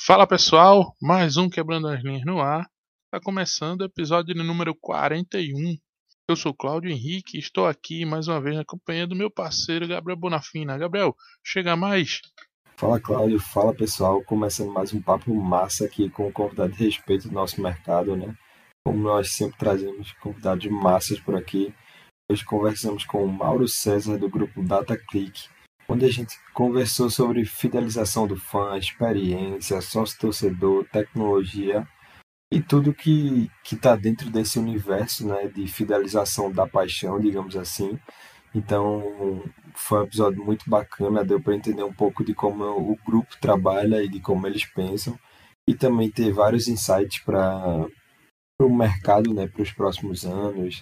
Fala pessoal, mais um Quebrando as Linhas no ar. Está começando o episódio número 41. Eu sou Cláudio Henrique e estou aqui mais uma vez na companhia do meu parceiro Gabriel Bonafina. Gabriel, chega mais. Fala Cláudio, fala pessoal, começando mais um papo massa aqui com um convidado de respeito do nosso mercado, né? Como nós sempre trazemos convidados massas por aqui, hoje conversamos com o Mauro César do grupo DataClick, onde a gente conversou sobre fidelização do fã, experiência, sócio-torcedor, tecnologia e tudo que está dentro desse universo, né, de fidelização da paixão, digamos assim. Então, foi um episódio muito bacana, deu para entender um pouco de como o grupo trabalha e de como eles pensam, e também ter vários insights para o mercado, né, para os próximos anos,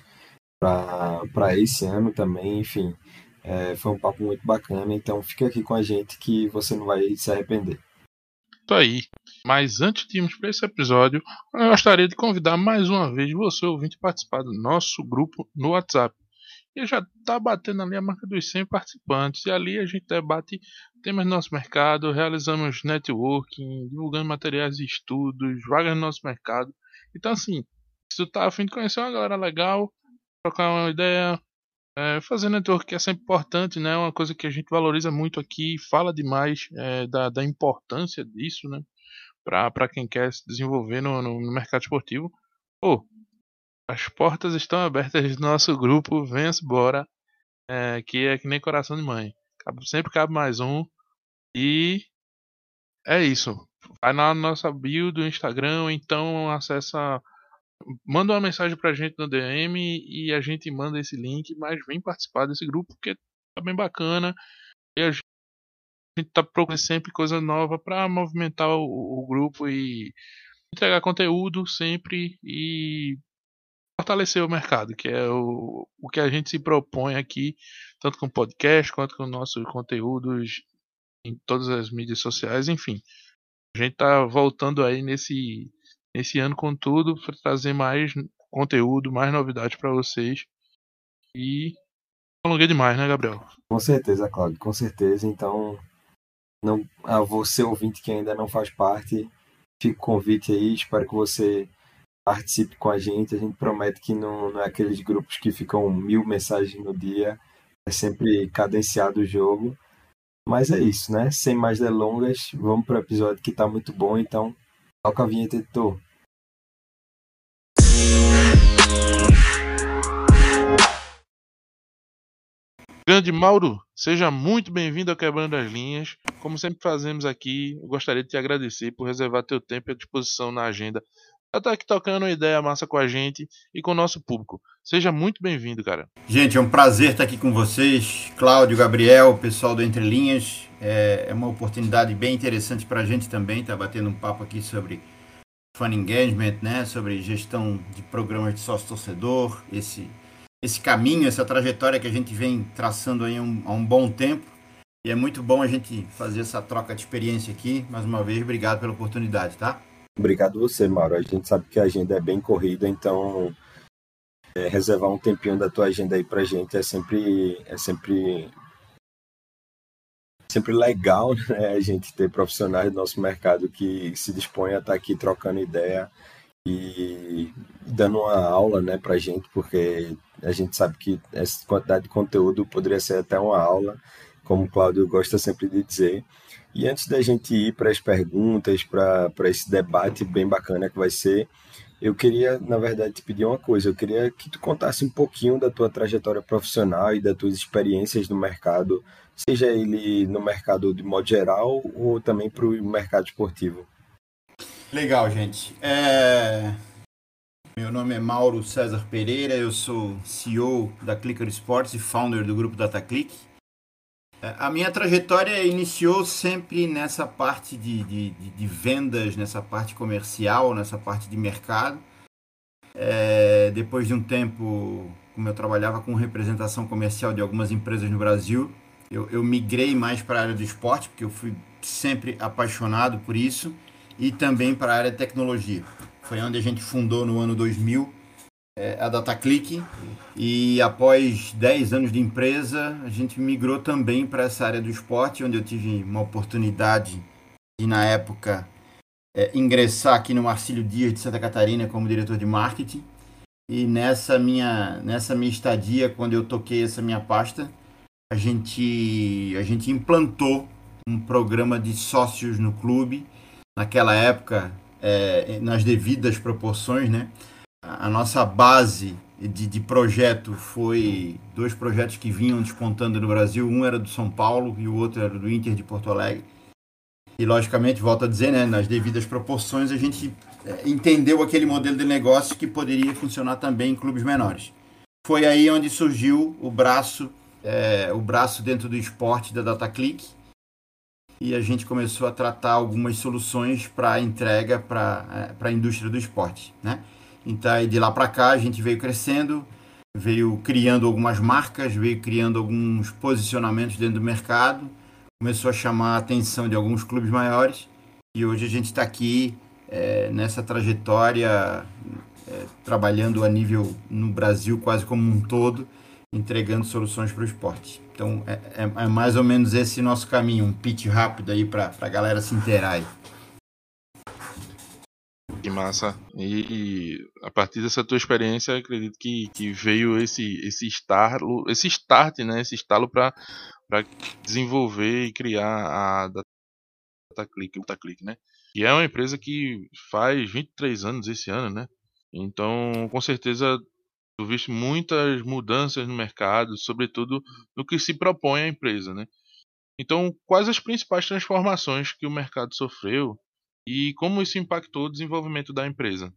para esse ano também, enfim. Foi um papo muito bacana, então fica aqui com a gente que você não vai se arrepender. Tô aí. Mas antes de irmos para esse episódio, eu gostaria de convidar mais uma vez você, ouvinte, a participar do nosso grupo no WhatsApp. E já está batendo ali a marca dos 100 participantes. E ali a gente debate temas do nosso mercado, realizamos networking, divulgando materiais de estudos, vagas no nosso mercado. Então, assim, se tu tá a fim de conhecer uma galera legal, trocar uma ideia, fazer network que é sempre importante, né? Uma coisa que a gente valoriza muito aqui, fala demais da importância disso, né? Para quem quer se desenvolver no mercado esportivo. Pô, as portas estão abertas do nosso grupo, venha-se embora, que é que nem coração de mãe. Sempre cabe mais um. E é isso. Vai na nossa bio do Instagram, ou então acessa. Manda uma mensagem pra gente no DM e a gente manda esse link, mas vem participar desse grupo porque tá bem bacana. E a gente tá procurando sempre coisa nova pra movimentar o grupo e entregar conteúdo sempre e fortalecer o mercado, que é o que a gente se propõe aqui, tanto com o podcast quanto com nossos conteúdos em todas as mídias sociais, enfim. A gente tá voltando aí nesse ano com tudo para trazer mais conteúdo, mais novidades para vocês. E alonguei demais, né, Gabriel? Com certeza, Cláudio, com certeza. Então, não, a você ouvinte que ainda não faz parte, fica o convite aí, espero que você participe com a gente. A gente promete que não é aqueles grupos que ficam 1000 mensagens no dia, é sempre cadenciado o jogo. Mas é isso, né? Sem mais delongas, vamos para o episódio que está muito bom, então toca a vinheta, editor. Grande Mauro, seja muito bem-vindo ao Quebrando as Linhas. Como sempre fazemos aqui, eu gostaria de te agradecer por reservar teu tempo e a disposição na agenda para estar aqui tocando uma ideia massa com a gente e com o nosso público. Seja muito bem-vindo, cara. Gente, é um prazer estar aqui com vocês, Cláudio, Gabriel, pessoal do Entre Linhas. É uma oportunidade bem interessante para a gente também estar batendo um papo aqui sobre fan engagement, né? Sobre gestão de programas de sócio-torcedor, esse caminho, essa trajetória que a gente vem traçando aí há um bom tempo. E é muito bom a gente fazer essa troca de experiência aqui. Mais uma vez, obrigado pela oportunidade, tá? Obrigado você, Mauro. A gente sabe que a agenda é bem corrida, então reservar um tempinho da tua agenda aí pra gente é sempre legal, né? A gente ter profissionais do nosso mercado que se dispõem a estar aqui trocando ideia e dando uma aula, né, pra gente, porque a gente sabe que essa quantidade de conteúdo poderia ser até uma aula, como o Cláudio gosta sempre de dizer. E antes da gente ir para as perguntas, para esse debate bem bacana que vai ser, eu queria, na verdade, te pedir uma coisa. Eu queria que tu contasse um pouquinho da tua trajetória profissional e das tuas experiências no mercado, seja ele no mercado de modo geral ou também para o mercado esportivo. Legal, gente. Meu nome é Mauro César Pereira, eu sou CEO da Clicker Sports e founder do grupo DataClick. A minha trajetória iniciou sempre nessa parte de vendas, nessa parte comercial, nessa parte de mercado. Depois de um tempo, como eu trabalhava com representação comercial de algumas empresas no Brasil, eu migrei mais para a área do esporte, porque eu fui sempre apaixonado por isso, e também para a área de tecnologia. Foi onde a gente fundou no ano 2000 a DataClick, e após 10 anos de empresa, a gente migrou também para essa área do esporte, onde eu tive uma oportunidade de, na época, ingressar aqui no Marcílio Dias de Santa Catarina como diretor de marketing. E nessa minha estadia, quando eu toquei essa minha pasta, a gente implantou um programa de sócios no clube. Naquela época, nas devidas proporções, né? A nossa base de projeto foi 2 projetos que vinham despontando no Brasil. Um era do São Paulo e o outro era do Inter de Porto Alegre. E, logicamente, volto a dizer, né, nas devidas proporções, a gente entendeu aquele modelo de negócio que poderia funcionar também em clubes menores. Foi aí onde surgiu o braço dentro do esporte da DataClick, e a gente começou a tratar algumas soluções para entrega para a indústria do esporte, né? Então, de lá para cá, a gente veio crescendo, veio criando algumas marcas, veio criando alguns posicionamentos dentro do mercado, começou a chamar a atenção de alguns clubes maiores, e hoje a gente está aqui nessa trajetória, trabalhando a nível no Brasil quase como um todo, entregando soluções para o esporte. Então, é mais ou menos esse nosso caminho, um pitch rápido aí para a galera se inteirar aí. Que massa. E a partir dessa tua experiência, acredito que veio esse start, né? Esse estalo para desenvolver e criar a DataClick, né? E é uma empresa que faz 23 anos esse ano, né? Então, com certeza, tu viste muitas mudanças no mercado, sobretudo no que se propõe a empresa, né? Então, quais as principais transformações que o mercado sofreu e como isso impactou o desenvolvimento da empresa?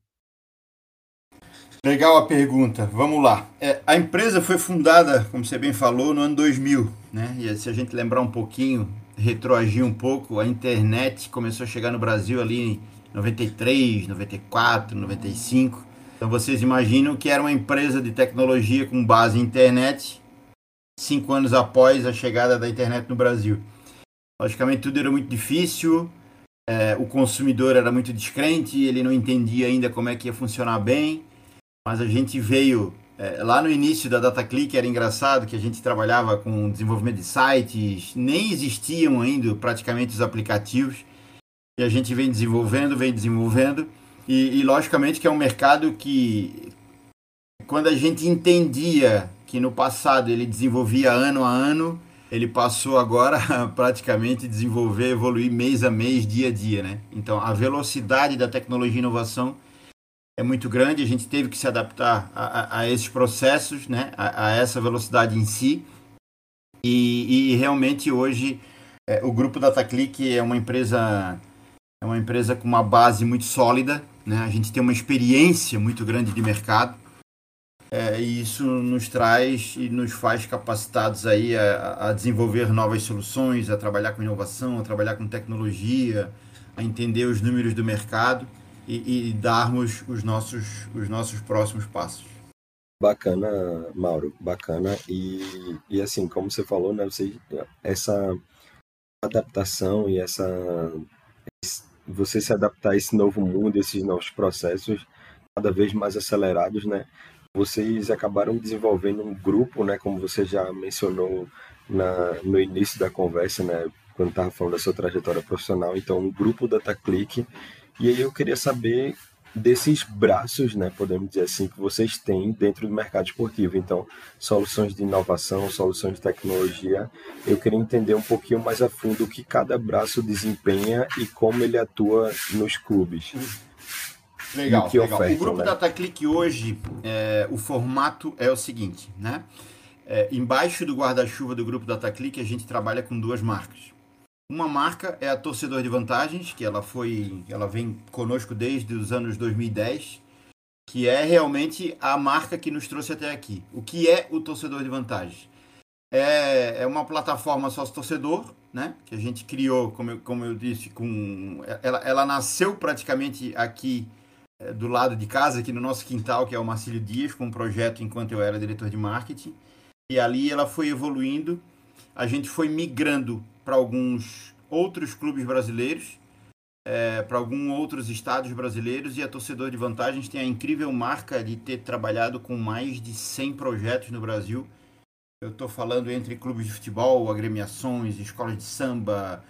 Legal a pergunta, vamos lá. A empresa foi fundada, como você bem falou, no ano 2000, né? E se a gente lembrar um pouquinho, retroagir um pouco, a internet começou a chegar no Brasil ali em 93, 94, 95. Então vocês imaginam que era uma empresa de tecnologia com base em internet, 5 anos após a chegada da internet no Brasil. Logicamente tudo era muito difícil, o consumidor era muito descrente, ele não entendia ainda como é que ia funcionar bem, mas a gente veio, lá no início da DataClick era engraçado que a gente trabalhava com desenvolvimento de sites, nem existiam ainda praticamente os aplicativos, e a gente vem desenvolvendo, e logicamente que é um mercado que, quando a gente entendia que no passado ele desenvolvia ano a ano, ele passou agora a praticamente desenvolver, evoluir mês a mês, dia a dia, né? Então, a velocidade da tecnologia e inovação é muito grande, a gente teve que se adaptar a esses processos, né? A essa velocidade em si, e realmente hoje o grupo DataClick é uma empresa com uma base muito sólida, né? A gente tem uma experiência muito grande de mercado, e isso nos traz e nos faz capacitados aí a desenvolver novas soluções, a trabalhar com inovação, a trabalhar com tecnologia, a entender os números do mercado e darmos os nossos próximos passos. Bacana, Mauro, bacana. E assim, como você falou, né, essa adaptação e você se adaptar a esse novo mundo, esses novos processos cada vez mais acelerados, né? Vocês acabaram desenvolvendo um grupo, né, como você já mencionou no início da conversa, né, quando estava falando da sua trajetória profissional, então um grupo DataClick. E aí eu queria saber desses braços, né, podemos dizer assim, que vocês têm dentro do mercado esportivo. Então, soluções de inovação, soluções de tecnologia. Eu queria entender um pouquinho mais a fundo o que cada braço desempenha e como ele atua nos clubes. Legal, que legal. Ofertam, O grupo né? DataClick hoje, o formato é o seguinte, né? Embaixo do guarda-chuva do grupo DataClick, a gente trabalha com 2 marcas. Uma marca é a Torcedor de Vantagens, que ela vem conosco desde os anos 2010, que é realmente a marca que nos trouxe até aqui. O que é o Torcedor de Vantagens? É uma plataforma sócio-torcedor, né? Que a gente criou, como eu disse, ela nasceu praticamente aqui do lado de casa, aqui no nosso quintal, que é o Marcílio Dias, com um projeto enquanto eu era diretor de marketing. E ali ela foi evoluindo, a gente foi migrando para alguns outros clubes brasileiros, para alguns outros estados brasileiros, e a Torcedor de Vantagens tem a incrível marca de ter trabalhado com mais de 100 projetos no Brasil. Eu estou falando entre clubes de futebol, agremiações, escolas de samba,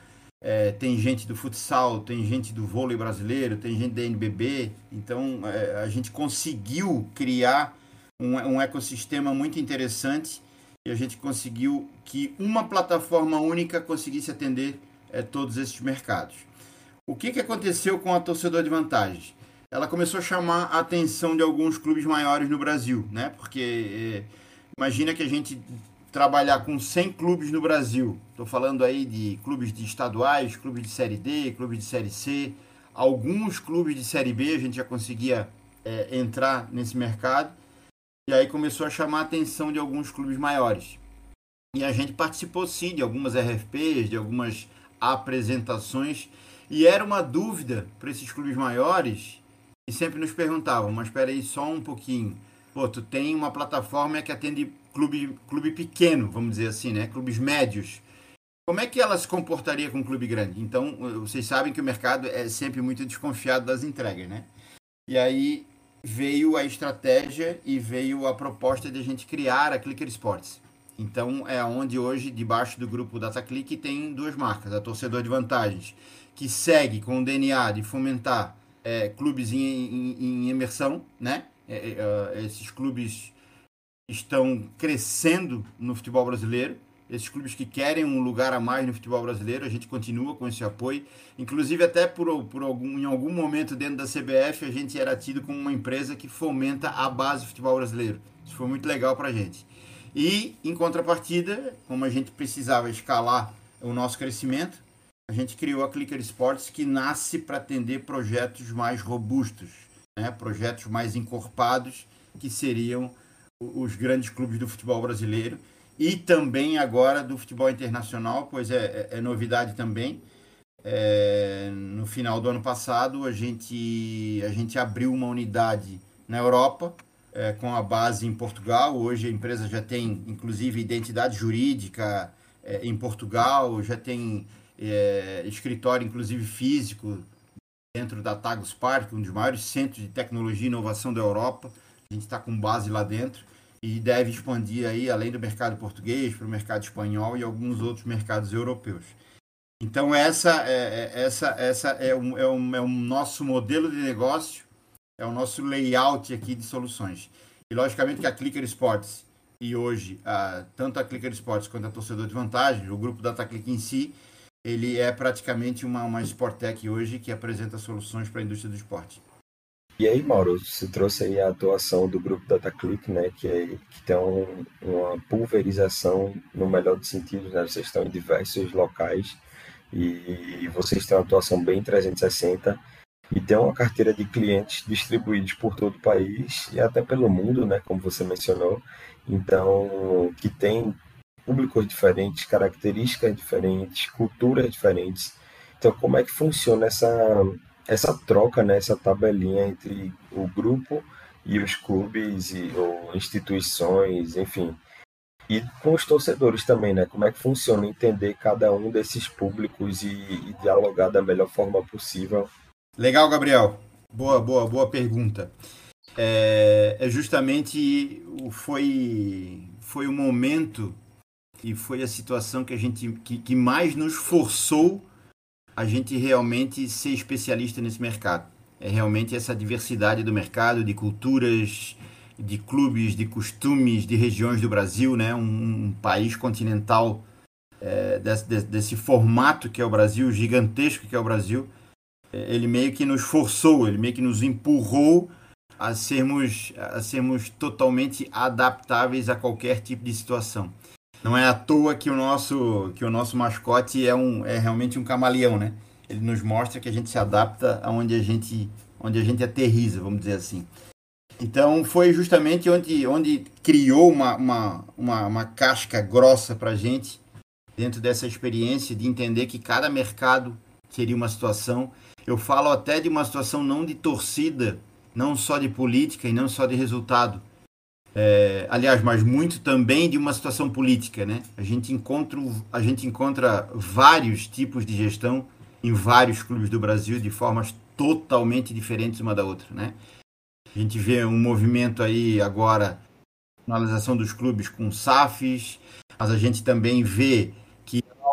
tem gente do futsal, tem gente do vôlei brasileiro, tem gente da NBB. Então, a gente conseguiu criar um ecossistema muito interessante e a gente conseguiu que uma plataforma única conseguisse atender todos esses mercados. O que aconteceu com a Torcedor de Vantagens? Ela começou a chamar a atenção de alguns clubes maiores no Brasil, né? Porque imagina que a gente trabalhar com 100 clubes no Brasil. Estou falando aí de clubes de estaduais, clubes de Série D, clubes de Série C. Alguns clubes de Série B a gente já conseguia entrar nesse mercado. E aí começou a chamar a atenção de alguns clubes maiores. E a gente participou sim de algumas RFPs, de algumas apresentações. E era uma dúvida para esses clubes maiores e sempre nos perguntavam, mas espera aí só um pouquinho. Pô, tu tem uma plataforma que atende clube pequeno, vamos dizer assim, né? Clubes médios. Como é que ela se comportaria com um clube grande? Então, vocês sabem que o mercado é sempre muito desconfiado das entregas, né? E aí veio a estratégia e veio a proposta de a gente criar a Clicker Sports. Então, é onde hoje, debaixo do grupo DataClick, tem duas marcas. A Torcedor de Vantagens, que segue com o DNA de fomentar clubes em imersão, né? Esses clubes estão crescendo no futebol brasileiro. Esses clubes que querem um lugar a mais no futebol brasileiro, a gente continua com esse apoio. Inclusive, até em algum momento dentro da CBF, a gente era tido como uma empresa que fomenta a base do futebol brasileiro. Isso foi muito legal para a gente. E, em contrapartida, como a gente precisava escalar o nosso crescimento, a gente criou a Clicker Sports, que nasce para atender projetos mais robustos, né? Projetos mais encorpados, que seriam os grandes clubes do futebol brasileiro e também agora do futebol internacional, pois é novidade também. No final do ano passado, a gente abriu uma unidade na Europa, com a base em Portugal. Hoje a empresa já tem, inclusive, identidade jurídica em Portugal, já tem escritório, inclusive, físico dentro da Tagus Park, um dos maiores centros de tecnologia e inovação da Europa. A gente está com base lá dentro e deve expandir aí, além do mercado português, para o mercado espanhol e alguns outros mercados europeus. Então, essa é o nosso modelo de negócio, é o nosso layout aqui de soluções. E, logicamente, que a Clicker Sports e hoje, tanto a Clicker Sports quanto a Torcedor de Vantagens, o grupo DataClick em si, ele é praticamente uma Sporttech hoje que apresenta soluções para a indústria do esporte. E aí, Mauro, você trouxe aí a atuação do grupo DataClick, né, que tem uma pulverização no melhor dos sentidos, né? Vocês estão em diversos locais e vocês têm uma atuação bem 360 e tem uma carteira de clientes distribuídos por todo o país e até pelo mundo, né, como você mencionou. Então, que tem públicos diferentes, características diferentes, culturas diferentes. Então, como é que funciona essa troca, né, essa tabelinha entre o grupo e os clubes ou instituições, enfim, e com os torcedores também, né? Como é que funciona entender cada um desses públicos e dialogar da melhor forma possível? Legal, Gabriel. Boa pergunta. Justamente foi o momento e foi a situação que mais nos forçou a gente realmente ser especialista nesse mercado. É realmente essa diversidade do mercado, de culturas, de clubes, de costumes, de regiões do Brasil, né? Um país continental desse formato que é o Brasil, gigantesco que é o Brasil. Ele meio que nos forçou, ele meio que nos empurrou a sermos totalmente adaptáveis a qualquer tipo de situação. Não é à toa que o nosso mascote é realmente um camaleão, né? Ele nos mostra que a gente se adapta aonde a gente aterriza, vamos dizer assim. Então, foi justamente onde criou uma casca grossa para a gente, dentro dessa experiência de entender que cada mercado seria uma situação. Eu falo até de uma situação não de torcida, não só de política e não só de resultado. Aliás, mas muito também de uma situação política, né? A gente encontra vários tipos de gestão em vários clubes do Brasil de formas totalmente diferentes uma da outra, né? A gente vê um movimento aí agora, finalização dos clubes com SAFs, mas a gente também vê que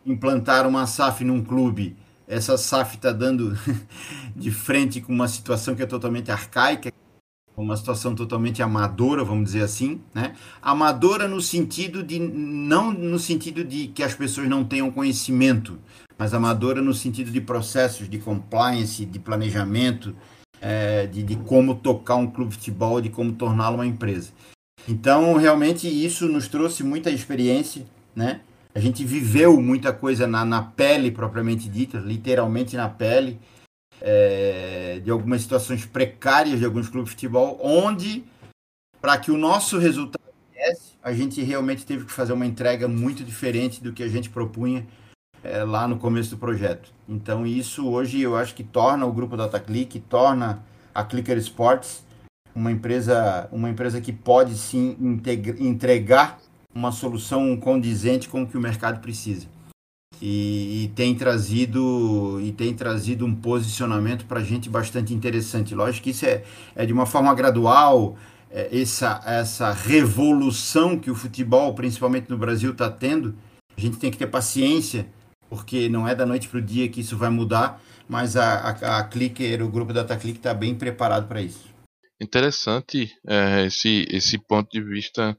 implantar uma SAF num clube, essa SAF está dando de frente com uma situação que é totalmente arcaica, uma situação totalmente amadora, vamos dizer assim, né? Amadora no sentido de, não no sentido de que as pessoas não tenham conhecimento, mas amadora no sentido de processos de compliance, de planejamento, de como tocar um clube de futebol, de como torná-lo uma empresa. Então, realmente, isso nos trouxe muita experiência, né? A gente viveu muita coisa na pele, propriamente dita, literalmente na pele, de algumas situações precárias de alguns clubes de futebol, onde, para que o nosso resultado viesse, a gente realmente teve que fazer uma entrega muito diferente do que a gente propunha lá no começo do projeto. Então, isso hoje eu acho que torna o grupo DataClick, torna a Clicker Sports uma empresa que pode sim entregar uma solução condizente com o que o mercado precisa. E tem trazido um posicionamento para a gente bastante interessante. Lógico que isso é de uma forma gradual, essa revolução que o futebol, principalmente no Brasil, está tendo. A gente tem que ter paciência, porque não é da noite para o dia que isso vai mudar, mas a Clicker, o grupo DataClick, está bem preparado para isso. Interessante esse ponto de vista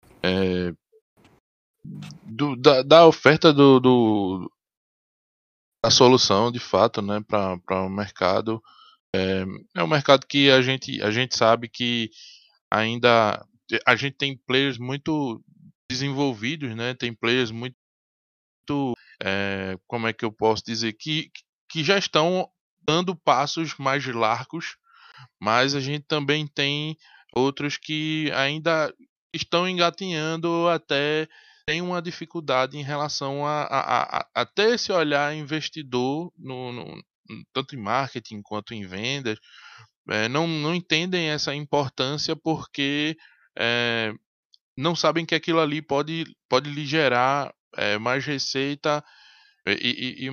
da oferta da solução, de fato, né, para o mercado. É um mercado que a gente sabe que ainda a gente tem players muito desenvolvidos, né, tem players muito, como é que eu posso dizer, que já estão dando passos mais largos, mas a gente também tem outros que ainda estão engatinhando, até tem uma dificuldade em relação a ter esse olhar investidor, tanto em marketing quanto em vendas. Não entendem essa importância porque não sabem que aquilo ali pode lhe gerar mais receita e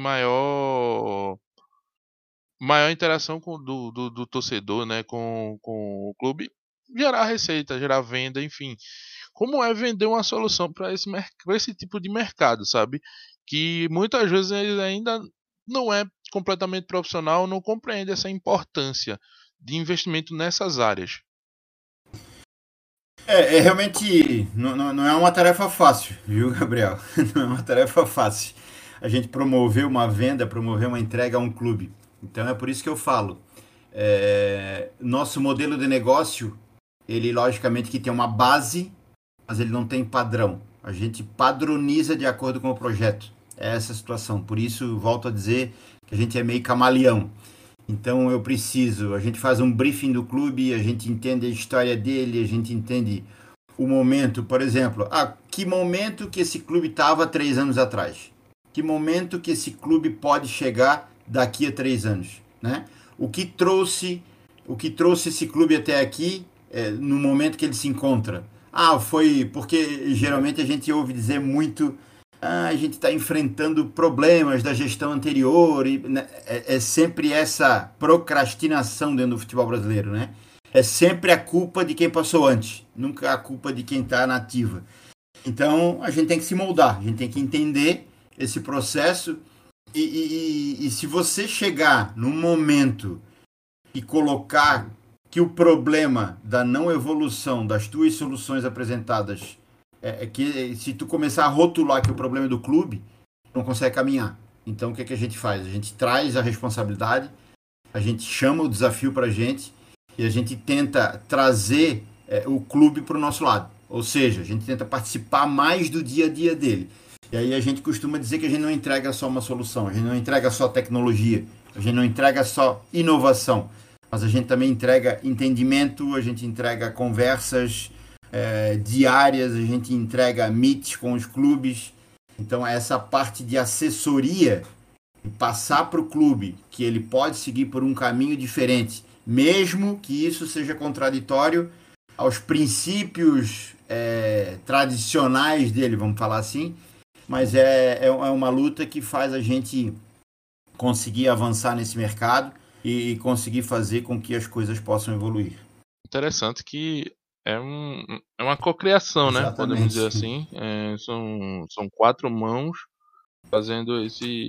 maior interação do torcedor, né, com o clube, gerar receita, gerar venda, enfim. Como é vender uma solução para esse tipo de mercado, sabe? Que muitas vezes ele ainda não é completamente profissional, não compreende essa importância de investimento nessas áreas. Realmente não é uma tarefa fácil, viu, Gabriel? Não é uma tarefa fácil. A gente promover uma venda, promover uma entrega a um clube. Então é por isso que eu falo. Nosso modelo de negócio, ele logicamente que tem uma base, mas ele não tem padrão. A gente padroniza de acordo com o projeto. É essa a situação. Por isso, volto a dizer que a gente é meio camaleão. Então a gente faz um briefing do clube, a gente entende a história dele, a gente entende o momento, por exemplo, que momento que esse clube estava 3 anos atrás? Que momento que esse clube pode chegar daqui a 3 anos? Né? O que trouxe esse clube até aqui no momento que ele se encontra? Foi porque geralmente a gente ouve dizer muito a gente está enfrentando problemas da gestão anterior, né? É sempre essa procrastinação dentro do futebol brasileiro, né? É sempre a culpa de quem passou antes, nunca a culpa de quem está na ativa. Então a gente tem que se moldar, a gente tem que entender esse processo e se você chegar num momento e colocar que o problema da não evolução das tuas soluções apresentadas que se tu começar a rotular que o problema é do clube, não consegue caminhar. Então o que a gente faz? A gente traz a responsabilidade, a gente chama o desafio para a gente e a gente tenta trazer o clube para o nosso lado. Ou seja, a gente tenta participar mais do dia a dia dele. E aí a gente costuma dizer que a gente não entrega só uma solução, a gente não entrega só tecnologia, a gente não entrega só inovação, mas a gente também entrega entendimento, a gente entrega conversas diárias, a gente entrega meets com os clubes. Então essa parte de assessoria, passar para o clube que ele pode seguir por um caminho diferente, mesmo que isso seja contraditório aos princípios tradicionais dele, vamos falar assim, mas é uma luta que faz a gente conseguir avançar nesse mercado e conseguir fazer com que as coisas possam evoluir. Interessante que é uma cocriação, né? Podemos dizer Exatamente. assim. São 4 mãos fazendo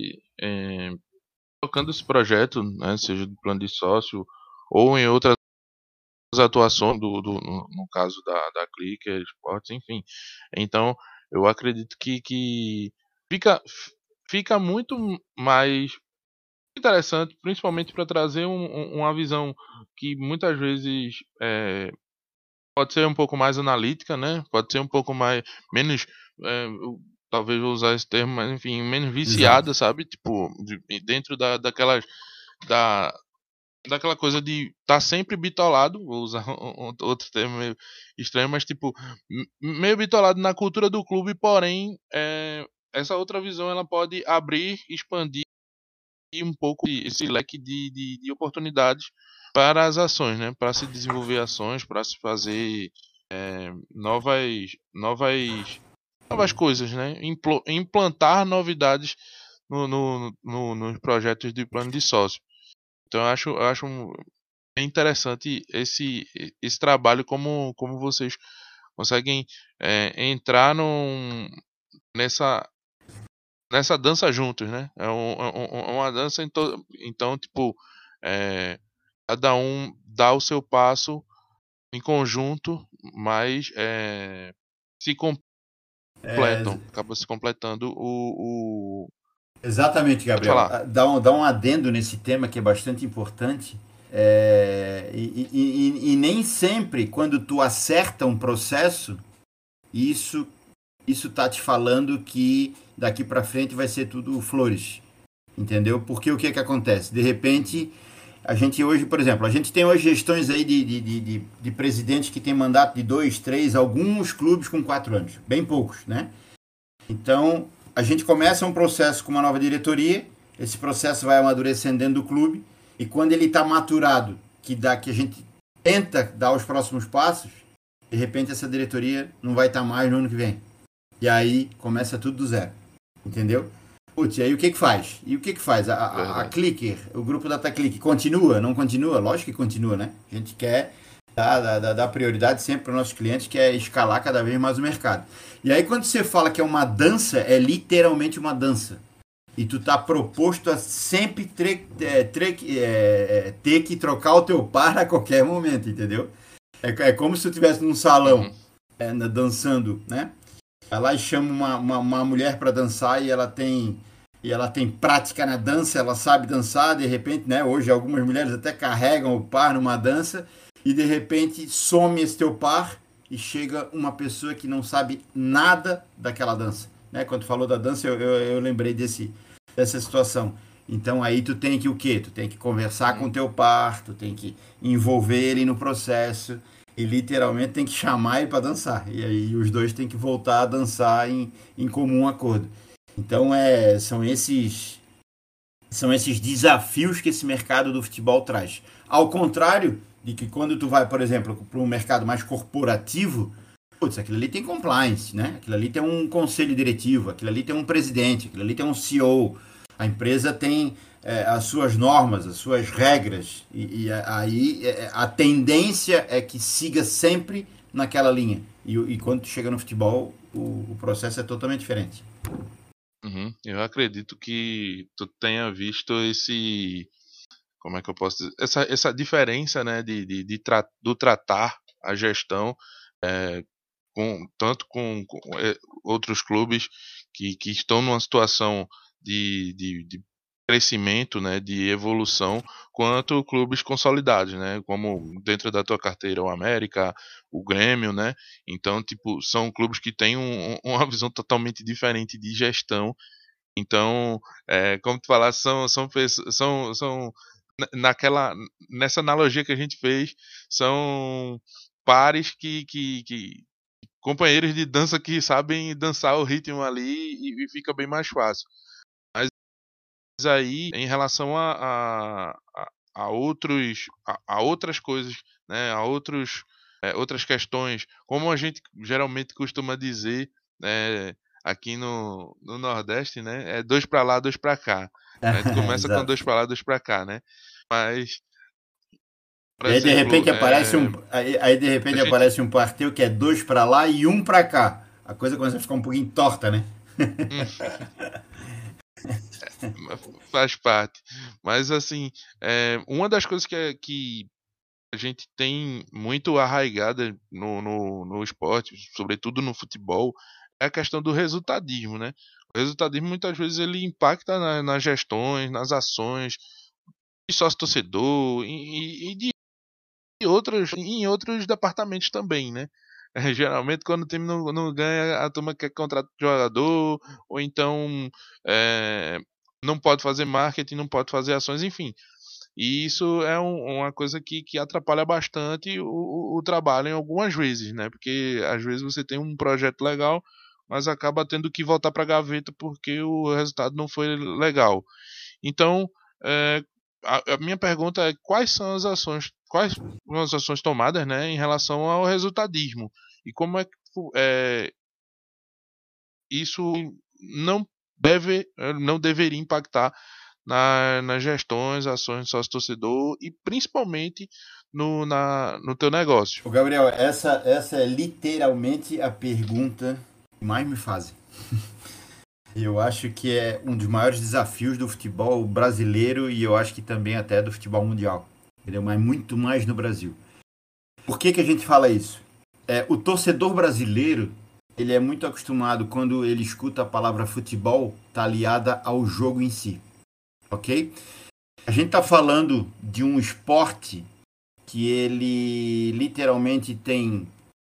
tocando esse projeto, né, seja do plano de sócio ou em outras atuações no caso da Clicker Sports, enfim. Então, eu acredito que fica, fica muito mais interessante, principalmente para trazer uma visão que muitas vezes pode ser um pouco mais analítica, né? Pode ser um pouco mais menos, talvez vou usar esse termo, mas enfim, menos Exato. viciada, sabe? Tipo, dentro da daquela coisa de estar tá sempre bitolado, vou usar outro termo meio estranho, mas tipo, meio bitolado na cultura do clube, porém, essa outra visão ela pode abrir, expandir um pouco esse leque de oportunidades para as ações, né? Para se desenvolver ações, para se fazer novas, novas coisas, né? Implantar novidades nos projetos de plano de sócio. Então eu acho bem interessante esse trabalho, como vocês conseguem entrar nessa, nessa dança juntos, né? É uma dança, então, tipo, é, cada um dá o seu passo em conjunto, mas se É, completam, acaba se completando exatamente, Pode Gabriel. falar. Dá um adendo nesse tema que é bastante importante. E nem sempre, quando tu acerta um processo, isso isso tá te falando que daqui para frente vai ser tudo flores, entendeu? Porque o que acontece? De repente, a gente hoje, por exemplo, a gente tem hoje gestões aí de presidentes que têm mandato de 2, 3, alguns clubes com 4 anos, bem poucos, né? Então, a gente começa um processo com uma nova diretoria, esse processo vai amadurecendo dentro do clube, e quando ele está maturado, que a gente tenta dar os próximos passos, de repente essa diretoria não vai estar mais no ano que vem. E aí começa tudo do zero. Entendeu? Putz, e aí o que faz? E o que faz? A Verdade. Clicker, o grupo da Click, continua? Não continua? Lógico que continua, né? A gente quer dar prioridade sempre para os nossos clientes, que é escalar cada vez mais o mercado. E aí quando você fala que é uma dança, é literalmente uma dança. E tu tá proposto a sempre ter que trocar o teu par a qualquer momento, entendeu? É como se tu estivesse num salão Uhum. dançando, né? Vai lá e chama uma mulher para dançar e ela tem prática na dança, ela sabe dançar, de repente, né? Hoje algumas mulheres até carregam o par numa dança e de repente some esse teu par e chega uma pessoa que não sabe nada daquela dança, né? Quando tu falou da dança, eu lembrei dessa situação. Então aí tu tem que o quê? Tu tem que conversar com o Uhum. teu par, tu tem que envolver ele no processo e literalmente tem que chamar ele para dançar. E aí os dois têm que voltar a dançar em comum acordo. Então são esses desafios que esse mercado do futebol traz. Ao contrário de que quando tu vai, por exemplo, para um mercado mais corporativo, putz, aquilo ali tem compliance, né? Aquilo ali tem um conselho diretivo, aquilo ali tem um presidente, aquilo ali tem um CEO. A empresa tem as suas normas, as suas regras, e aí a tendência é que siga sempre naquela linha. E quando tu chega no futebol, o processo é totalmente diferente. Uhum. Eu acredito que tu tenha visto como é que eu posso dizer, essa diferença, né, do tratar a gestão tanto com outros clubes que estão numa situação de crescimento, né, de evolução, quanto clubes consolidados, né, como dentro da tua carteira o América, o Grêmio, né, então, tipo, são clubes que têm uma visão totalmente diferente de gestão. Então, como tu falaste, são nessa analogia que a gente fez, são pares que companheiros de dança que sabem dançar o ritmo ali e fica bem mais fácil. Mas aí, em relação a a outras coisas, né, outras questões, como a gente geralmente costuma dizer, aqui no Nordeste, né, é dois pra lá, dois pra cá. A gente começa com Exato. dois pra lá, dois pra cá, né? Mas, por E aí de exemplo, repente aparece aí de a repente gente aparece um parteio que é 2 para lá e 1 para cá. A coisa começa a ficar um pouquinho torta, né? Faz parte. Mas assim, uma das coisas que a gente tem muito arraigada no esporte, sobretudo no futebol, é a questão do resultadismo, né? O resultadismo muitas vezes ele impacta nas gestões, nas ações de sócio-torcedor e em outros departamentos também, né? Geralmente quando o time não ganha, a turma quer contrato de jogador, ou então é, não pode fazer marketing, não pode fazer ações, enfim. E isso é uma coisa que atrapalha bastante o trabalho em algumas vezes, né? Porque às vezes você tem um projeto legal, mas acaba tendo que voltar para a gaveta porque o resultado não foi legal. Então, é, a minha pergunta é quais são as ações tomadas, né, em relação ao resultadismo e como é que isso não não deveria impactar nas gestões, ações do sócio-torcedor e principalmente no teu negócio. Ô Gabriel, essa é literalmente a pergunta que mais me fazem. Eu acho que é um dos maiores desafios do futebol brasileiro e eu acho que também até do futebol mundial. Entendeu? Mas muito mais no Brasil. Por que a gente fala isso? O torcedor brasileiro, ele é muito acostumado, quando ele escuta a palavra futebol, tá aliada ao jogo em si. Ok? A gente tá falando de um esporte que ele literalmente tem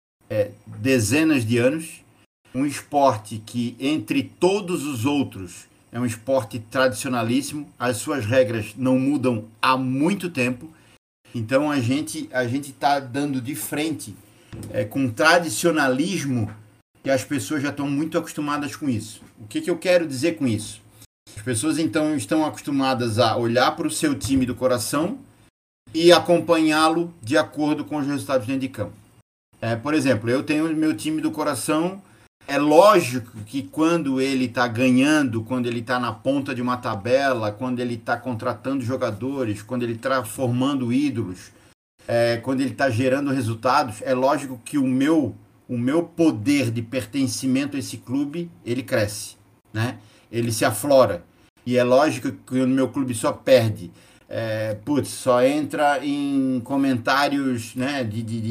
dezenas de anos, um esporte que, entre todos os outros, é um esporte tradicionalíssimo, as suas regras não mudam há muito tempo, então a gente está dando de frente com um tradicionalismo que as pessoas já estão muito acostumadas com isso. O que eu quero dizer com isso? As pessoas então estão acostumadas a olhar para o seu time do coração e acompanhá-lo de acordo com os resultados dentro de campo. Por exemplo, eu tenho o meu time do coração. É lógico que quando ele está ganhando, quando ele está na ponta de uma tabela, quando ele está contratando jogadores, quando ele está formando ídolos, quando ele está gerando resultados, é lógico que o meu poder de pertencimento a esse clube, ele cresce, né? Ele se aflora. E é lógico que o meu clube só perde, só entra em comentários, né,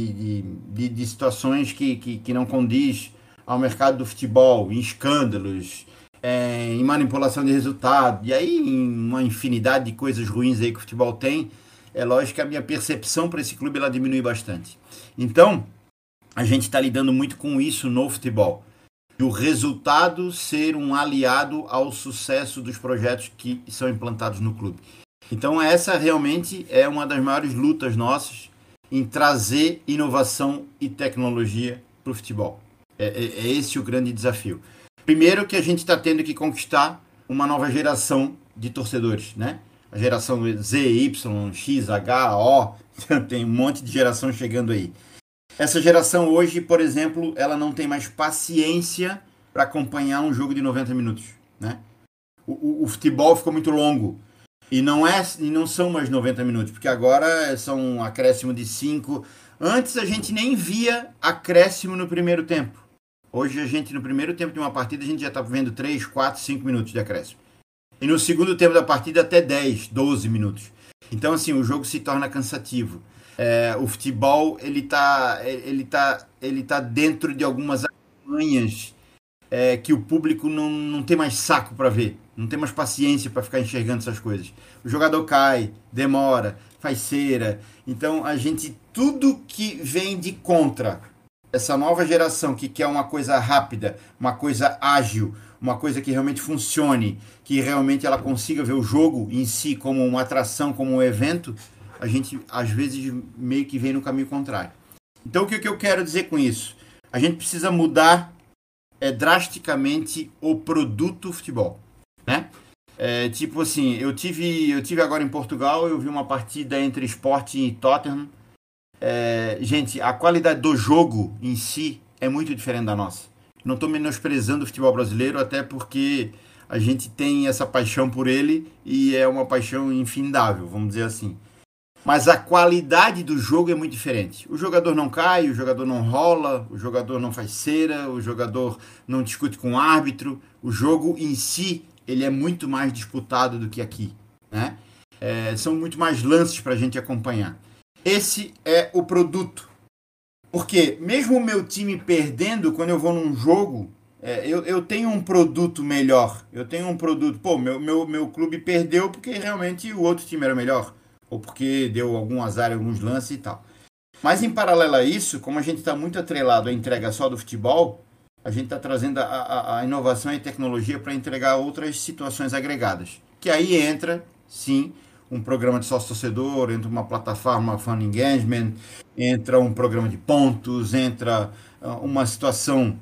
de situações que não condiz ao mercado do futebol, em escândalos, em manipulação de resultado, e aí em uma infinidade de coisas ruins aí que o futebol tem. É lógico que a minha percepção para esse clube ela diminui bastante. Então, a gente está lidando muito com isso no futebol. E o resultado ser um aliado ao sucesso dos projetos que são implantados no clube. Então, essa realmente é uma das maiores lutas nossas em trazer inovação e tecnologia para o futebol. É esse o grande desafio. Primeiro que a gente está tendo que conquistar uma nova geração de torcedores, né? A geração Z, Y, X, H, O, tem um monte de geração chegando aí. Essa geração hoje, por exemplo, ela não tem mais paciência para acompanhar um jogo de 90 minutos, né? O futebol ficou muito longo. E não são mais 90 minutos, porque agora são um acréscimo de 5. Antes a gente nem via acréscimo no primeiro tempo. Hoje a gente, no primeiro tempo de uma partida, a gente já está vendo 3, 4, 5 minutos de acréscimo. E no segundo tempo da partida até 10, 12 minutos. Então, assim, o jogo se torna cansativo. O futebol, ele tá dentro de algumas artimanhas que o público não tem mais saco para ver. Não tem mais paciência para ficar enxergando essas coisas. O jogador cai, demora, faz cera. Então, tudo que vem de contra essa nova geração que quer uma coisa rápida, uma coisa ágil, uma coisa que realmente funcione, que realmente ela consiga ver o jogo em si como uma atração, como um evento, a gente às vezes meio que vem no caminho contrário. Então, o que eu quero dizer com isso? A gente precisa mudar drasticamente o produto futebol, né? Tipo assim, eu tive agora em Portugal, eu vi uma partida entre Sporting e Tottenham. Gente, a qualidade do jogo em si é muito diferente da nossa. Não estou menosprezando o futebol brasileiro, até porque a gente tem essa paixão por ele e é uma paixão infindável, vamos dizer assim. Mas a qualidade do jogo é muito diferente. O jogador não cai, o jogador não rola, o jogador não faz cera, o jogador não discute com o árbitro. O jogo em si ele é muito mais disputado do que aqui, né? São muito mais lances para a gente acompanhar. Esse é o produto. Porque mesmo o meu time perdendo, quando eu vou num jogo, eu tenho um produto melhor. Eu tenho um produto... Pô, meu clube perdeu porque realmente o outro time era melhor. Ou porque deu algum azar em alguns lances e tal. Mas em paralelo a isso, como a gente está muito atrelado à entrega só do futebol, a gente está trazendo a inovação e tecnologia para entregar outras situações agregadas. Que aí entra, sim, um programa de sócio-torcedor, entra uma plataforma Fan Engagement, entra um programa de pontos, entra uma situação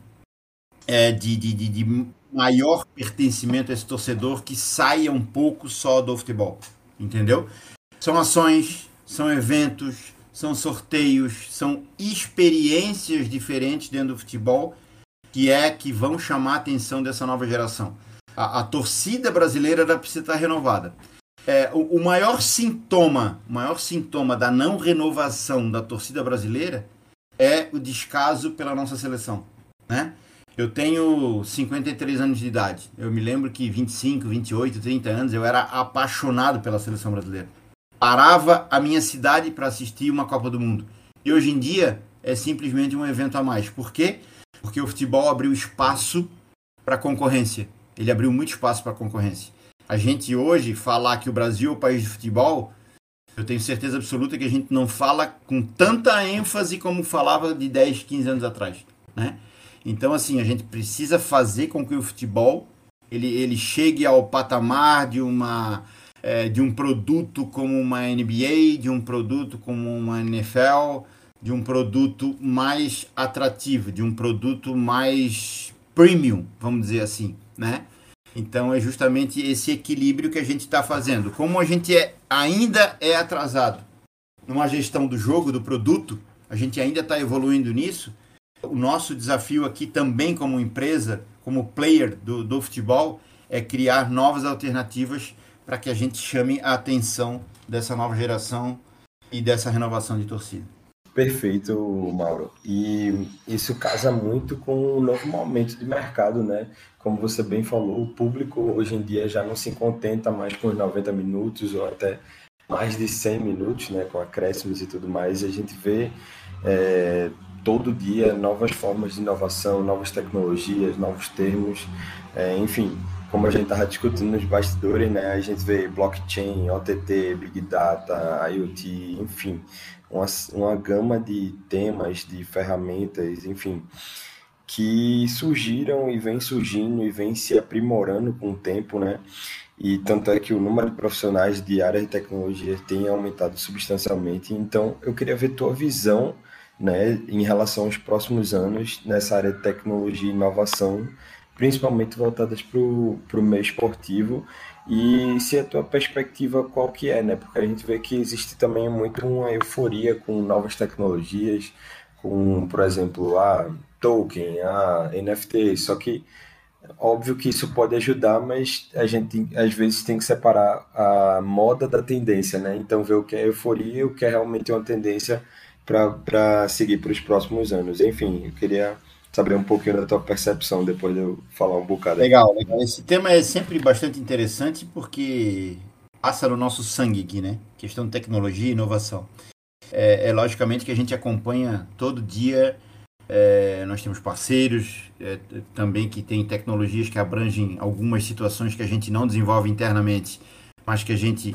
de maior pertencimento a esse torcedor que saia um pouco só do futebol. Entendeu? São ações, são eventos, são sorteios, são experiências diferentes dentro do futebol que vão chamar a atenção dessa nova geração. A torcida brasileira precisa estar renovada. O maior sintoma da não renovação da torcida brasileira é o descaso pela nossa seleção, né? Eu tenho 53 anos de idade. Eu me lembro que 25, 28, 30 anos eu era apaixonado pela seleção brasileira. Parava a minha cidade para assistir uma Copa do Mundo. E hoje em dia é simplesmente um evento a mais. Por quê? Porque o futebol abriu espaço para concorrência. Ele abriu muito espaço para concorrência. A gente hoje falar que o Brasil é o país de futebol, eu tenho certeza absoluta que a gente não fala com tanta ênfase como falava de 10, 15 anos atrás, né? Então, assim, a gente precisa fazer com que o futebol ele chegue ao patamar de um produto como uma NBA, de um produto como uma NFL, de um produto mais atrativo, de um produto mais premium, vamos dizer assim, né? Então é justamente esse equilíbrio que a gente está fazendo. Como a gente ainda é atrasado numa gestão do jogo, do produto, a gente ainda está evoluindo nisso. O nosso desafio aqui também como empresa, como player do futebol, é criar novas alternativas para que a gente chame a atenção dessa nova geração e dessa renovação de torcida. Perfeito, Mauro. E isso casa muito com o novo momento de mercado, né? Como você bem falou, o público hoje em dia já não se contenta mais com os 90 minutos ou até mais de 100 minutos, né? Com acréscimos e tudo mais. E a gente vê todo dia novas formas de inovação, novas tecnologias, novos termos, enfim, como a gente estava discutindo nos bastidores, né, a gente vê blockchain, OTT, Big Data, IoT, enfim, uma gama de temas, de ferramentas, enfim, que surgiram e vem surgindo e vem se aprimorando com o tempo, né, e tanto é que o número de profissionais de área de tecnologia tem aumentado substancialmente. Então, eu queria ver tua visão, né, em relação aos próximos anos nessa área de tecnologia e inovação, principalmente voltadas para o meio esportivo, e se a tua perspectiva qual que é, né? Porque a gente vê que existe também muito uma euforia com novas tecnologias, com, por exemplo, a token, a NFT, só que óbvio que isso pode ajudar, mas a gente às vezes tem que separar a moda da tendência, né? Então ver o que é euforia e o que é realmente uma tendência para seguir para os próximos anos. Enfim, eu queria saber um pouquinho da tua percepção depois de eu falar um bocado aqui. Legal. Esse tema é sempre bastante interessante porque passa no nosso sangue aqui, né? Questão de tecnologia e inovação. Logicamente que a gente acompanha todo dia. Nós temos parceiros também que têm tecnologias que abrangem algumas situações que a gente não desenvolve internamente, mas que a gente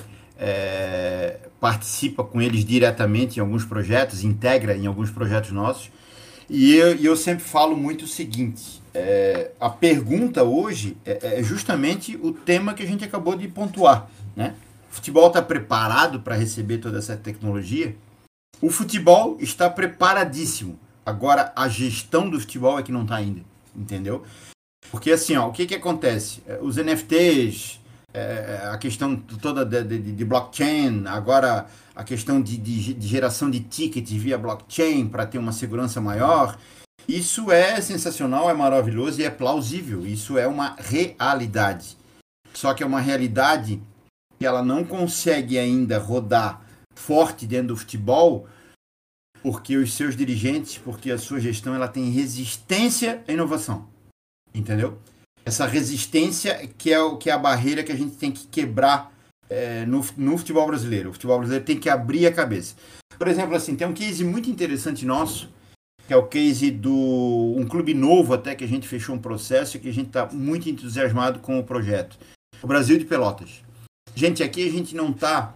participa com eles diretamente em alguns projetos, integra em alguns projetos nossos. E eu sempre falo muito o seguinte, a pergunta hoje é justamente o tema que a gente acabou de pontuar, né? O futebol está preparado para receber toda essa tecnologia? O futebol está preparadíssimo. Agora, a gestão do futebol é que não está ainda, entendeu? Porque assim, o que acontece? Os NFTs, a questão toda de blockchain, agora a questão de geração de tickets via blockchain para ter uma segurança maior, isso é sensacional, é maravilhoso e é plausível. Isso é uma realidade. Só que é uma realidade que ela não consegue ainda rodar forte dentro do futebol porque os seus dirigentes, porque a sua gestão ela tem resistência à inovação. Entendeu? essa resistência que é a barreira que a gente tem que quebrar no futebol brasileiro. O futebol brasileiro tem que abrir a cabeça. Por exemplo, assim, tem um case muito interessante nosso, que é o case um clube novo até, que a gente fechou um processo e que a gente está muito entusiasmado com o projeto. O Brasil de Pelotas. Gente, aqui a gente não está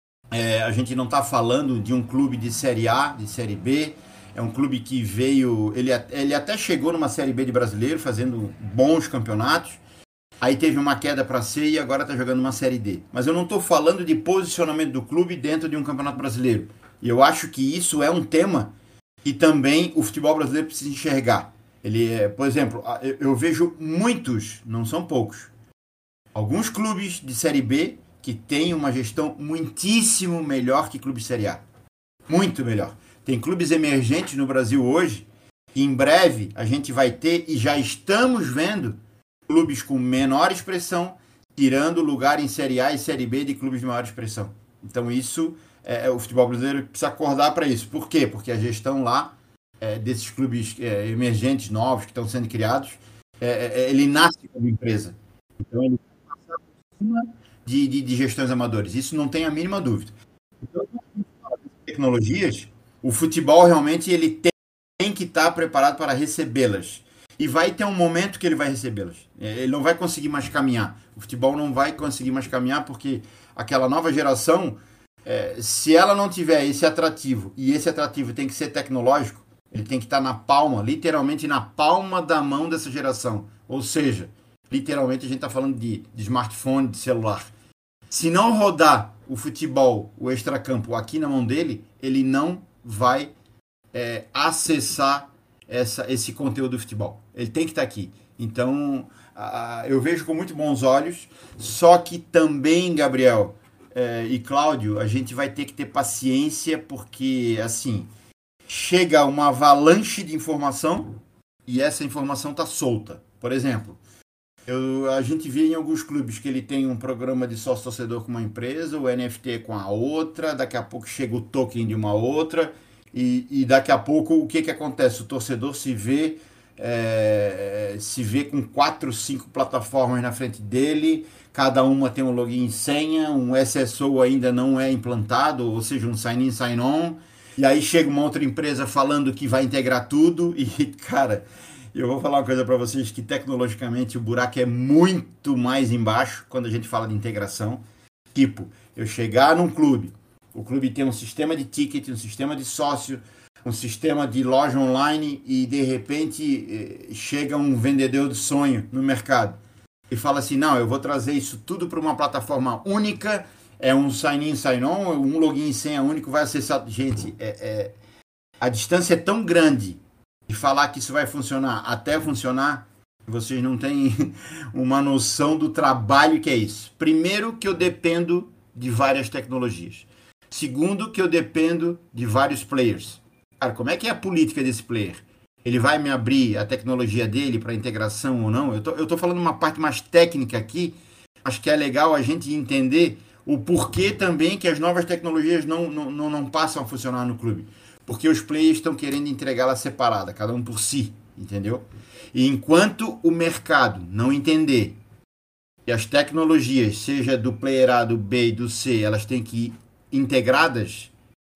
falando de um clube de Série A, de Série B. É um clube que veio... Ele até chegou numa Série B de brasileiro, fazendo bons campeonatos. Aí teve uma queda para C e agora está jogando uma Série D. Mas eu não estou falando de posicionamento do clube dentro de um campeonato brasileiro. E eu acho que isso é um tema que também o futebol brasileiro precisa enxergar. Por exemplo, eu vejo muitos, não são poucos, alguns clubes de Série B que têm uma gestão muitíssimo melhor que clubes de Série A. Muito melhor. Tem clubes emergentes no Brasil hoje, e em breve a gente vai ter, e já estamos vendo, clubes com menor expressão, tirando lugar em Série A e Série B de clubes de maior expressão. Então isso, o futebol brasileiro precisa acordar para isso. Por quê? Porque a gestão lá, desses clubes emergentes, novos, que estão sendo criados, ele nasce como empresa. Então ele passa por cima de gestões amadores. Isso não tem a mínima dúvida. Então, tecnologias, o futebol realmente ele tem que estar preparado para recebê-las. E vai ter um momento que ele vai recebê-las. Ele não vai conseguir mais caminhar. O futebol não vai conseguir mais caminhar porque aquela nova geração, se ela não tiver esse atrativo, e esse atrativo tem que ser tecnológico, ele tem que estar na palma, literalmente na palma da mão dessa geração. Ou seja, literalmente a gente está falando de smartphone, de celular. Se não rodar o futebol, o extracampo aqui na mão dele, ele não vai acessar esse conteúdo do futebol. Ele tem que estar aqui. Então, eu vejo com muito bons olhos, só que também, Gabriel e Cláudio, a gente vai ter que ter paciência, porque, assim, chega uma avalanche de informação e essa informação está solta. Por exemplo, a gente vê em alguns clubes que ele tem um programa de sócio-torcedor com uma empresa, o NFT com a outra, daqui a pouco chega o token de uma outra, e daqui a pouco o que acontece? O torcedor se vê com 4, 5 plataformas na frente dele, cada uma tem um login e senha, um SSO ainda não é implantado, ou seja, um sign-in, sign-on, e aí chega uma outra empresa falando que vai integrar tudo, e, cara, eu vou falar uma coisa para vocês, que tecnologicamente o buraco é muito mais embaixo quando a gente fala de integração. Tipo, eu chegar num clube, o clube tem um sistema de ticket, um sistema de sócio, um sistema de loja online e de repente chega um vendedor de sonho no mercado e fala assim, não, eu vou trazer isso tudo para uma plataforma única, um sign-in, sign-on, um login e senha único, vai acessar... Gente, a distância é tão grande de falar que isso vai funcionar até funcionar, vocês não têm uma noção do trabalho que é isso. Primeiro, que eu dependo de várias tecnologias. Segundo, que eu dependo de vários players. Cara, como é que é a política desse player? Ele vai me abrir a tecnologia dele para integração ou não? Eu tô falando uma parte mais técnica aqui, acho que é legal a gente entender o porquê também que as novas tecnologias não passam a funcionar no clube. Porque os players estão querendo entregá-la separada, cada um por si, entendeu? E enquanto o mercado não entender que as tecnologias, seja do player A, do B e do C, elas têm que ir integradas,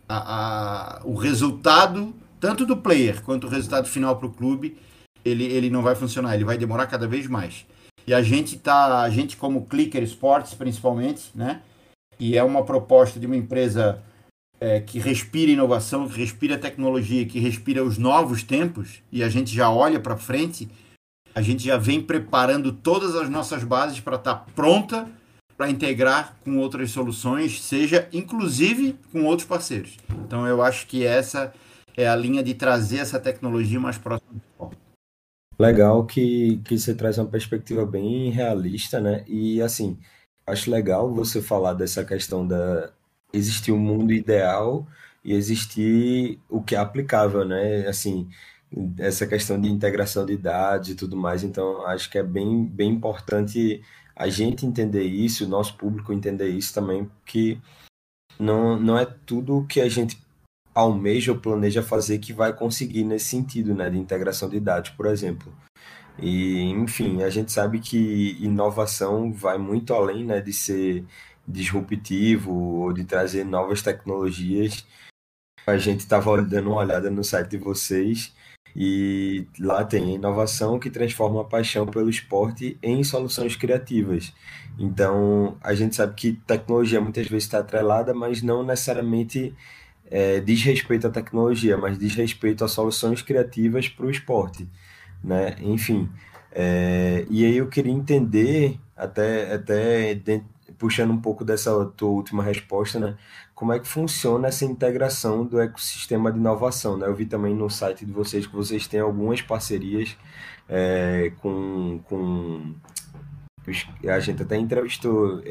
o resultado, tanto do player quanto o resultado final para o clube, ele não vai funcionar, ele vai demorar cada vez mais. E a gente como Clicker Sports, principalmente, né? E é uma proposta de uma empresa que respira inovação, que respira tecnologia, que respira os novos tempos, e a gente já olha para frente, a gente já vem preparando todas as nossas bases para estar pronta para integrar com outras soluções, seja inclusive com outros parceiros. Então eu acho que essa é a linha de trazer essa tecnologia mais próxima do futebol. Legal que você traz uma perspectiva bem realista, né? E assim, acho legal você falar dessa questão existir um mundo ideal e existir o que é aplicável, né? Assim, essa questão de integração de dados e tudo mais. Então, acho que é bem, bem importante a gente entender isso, o nosso público entender isso também, porque não é tudo que a gente almeja ou planeja fazer que vai conseguir nesse sentido, né? De integração de dados, por exemplo. E, enfim, a gente sabe que inovação vai muito além, né, de ser disruptivo ou de trazer novas tecnologias. A gente estava dando uma olhada no site de vocês e lá tem inovação que transforma a paixão pelo esporte em soluções criativas. Então, a gente sabe que tecnologia muitas vezes está atrelada, mas não necessariamente diz respeito à tecnologia, mas diz respeito a soluções criativas para o esporte, né? Enfim, e aí eu queria entender, puxando um pouco dessa tua última resposta, né? Como é que funciona essa integração do ecossistema de inovação, né? Eu vi também no site de vocês que vocês têm algumas parcerias com a gente até entrevistou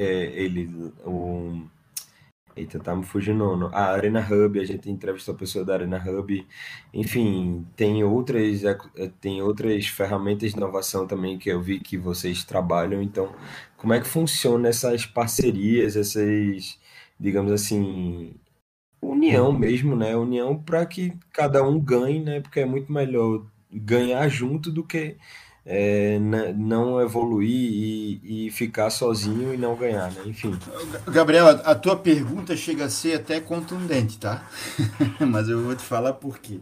eita, tá me fugindo o nome. A Arena Hub, a gente entrevistou a pessoa da Arena Hub. Enfim, tem outras ferramentas de inovação também que eu vi que vocês trabalham. Então, como é que funciona essas parcerias, digamos assim, união mesmo, né? União para que cada um ganhe, né? Porque é muito melhor ganhar junto do que não evoluir e ficar sozinho e não ganhar, né? Enfim. Gabriel, a tua pergunta chega a ser até contundente, tá? Mas eu vou te falar por quê.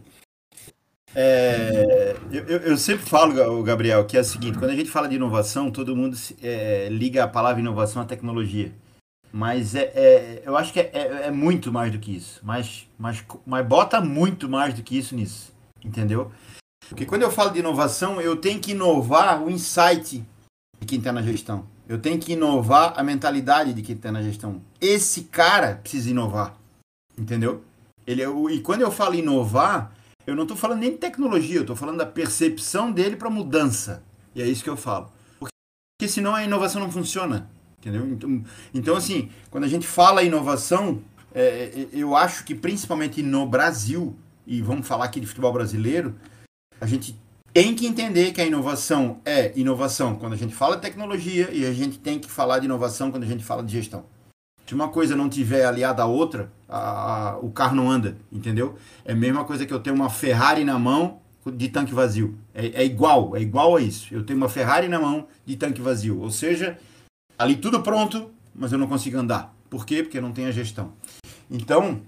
Eu sempre falo, Gabriel, que é o seguinte: quando a gente fala de inovação, todo mundo liga a palavra inovação à tecnologia. Mas eu acho que é muito mais do que isso. Mas bota muito mais do que isso nisso. Entendeu? Porque quando eu falo de inovação, eu tenho que inovar o insight de quem está na gestão. Eu tenho que inovar a mentalidade de quem está na gestão. Esse cara precisa inovar. Entendeu? E quando eu falo inovar, eu não estou falando nem de tecnologia, eu estou falando da percepção dele para mudança. E é isso que eu falo. Porque senão a inovação não funciona. Entendeu? Então, assim, quando a gente fala inovação, eu acho que principalmente no Brasil, e vamos falar aqui de futebol brasileiro, a gente tem que entender que a inovação é inovação quando a gente fala de tecnologia e a gente tem que falar de inovação quando a gente fala de gestão. Se uma coisa não tiver aliada à outra, o carro não anda, entendeu? É a mesma coisa que eu ter uma Ferrari na mão de tanque vazio. É igual a isso. Eu tenho uma Ferrari na mão de tanque vazio. Ou seja, ali tudo pronto, mas eu não consigo andar. Por quê? Porque eu não tenho a gestão. Então,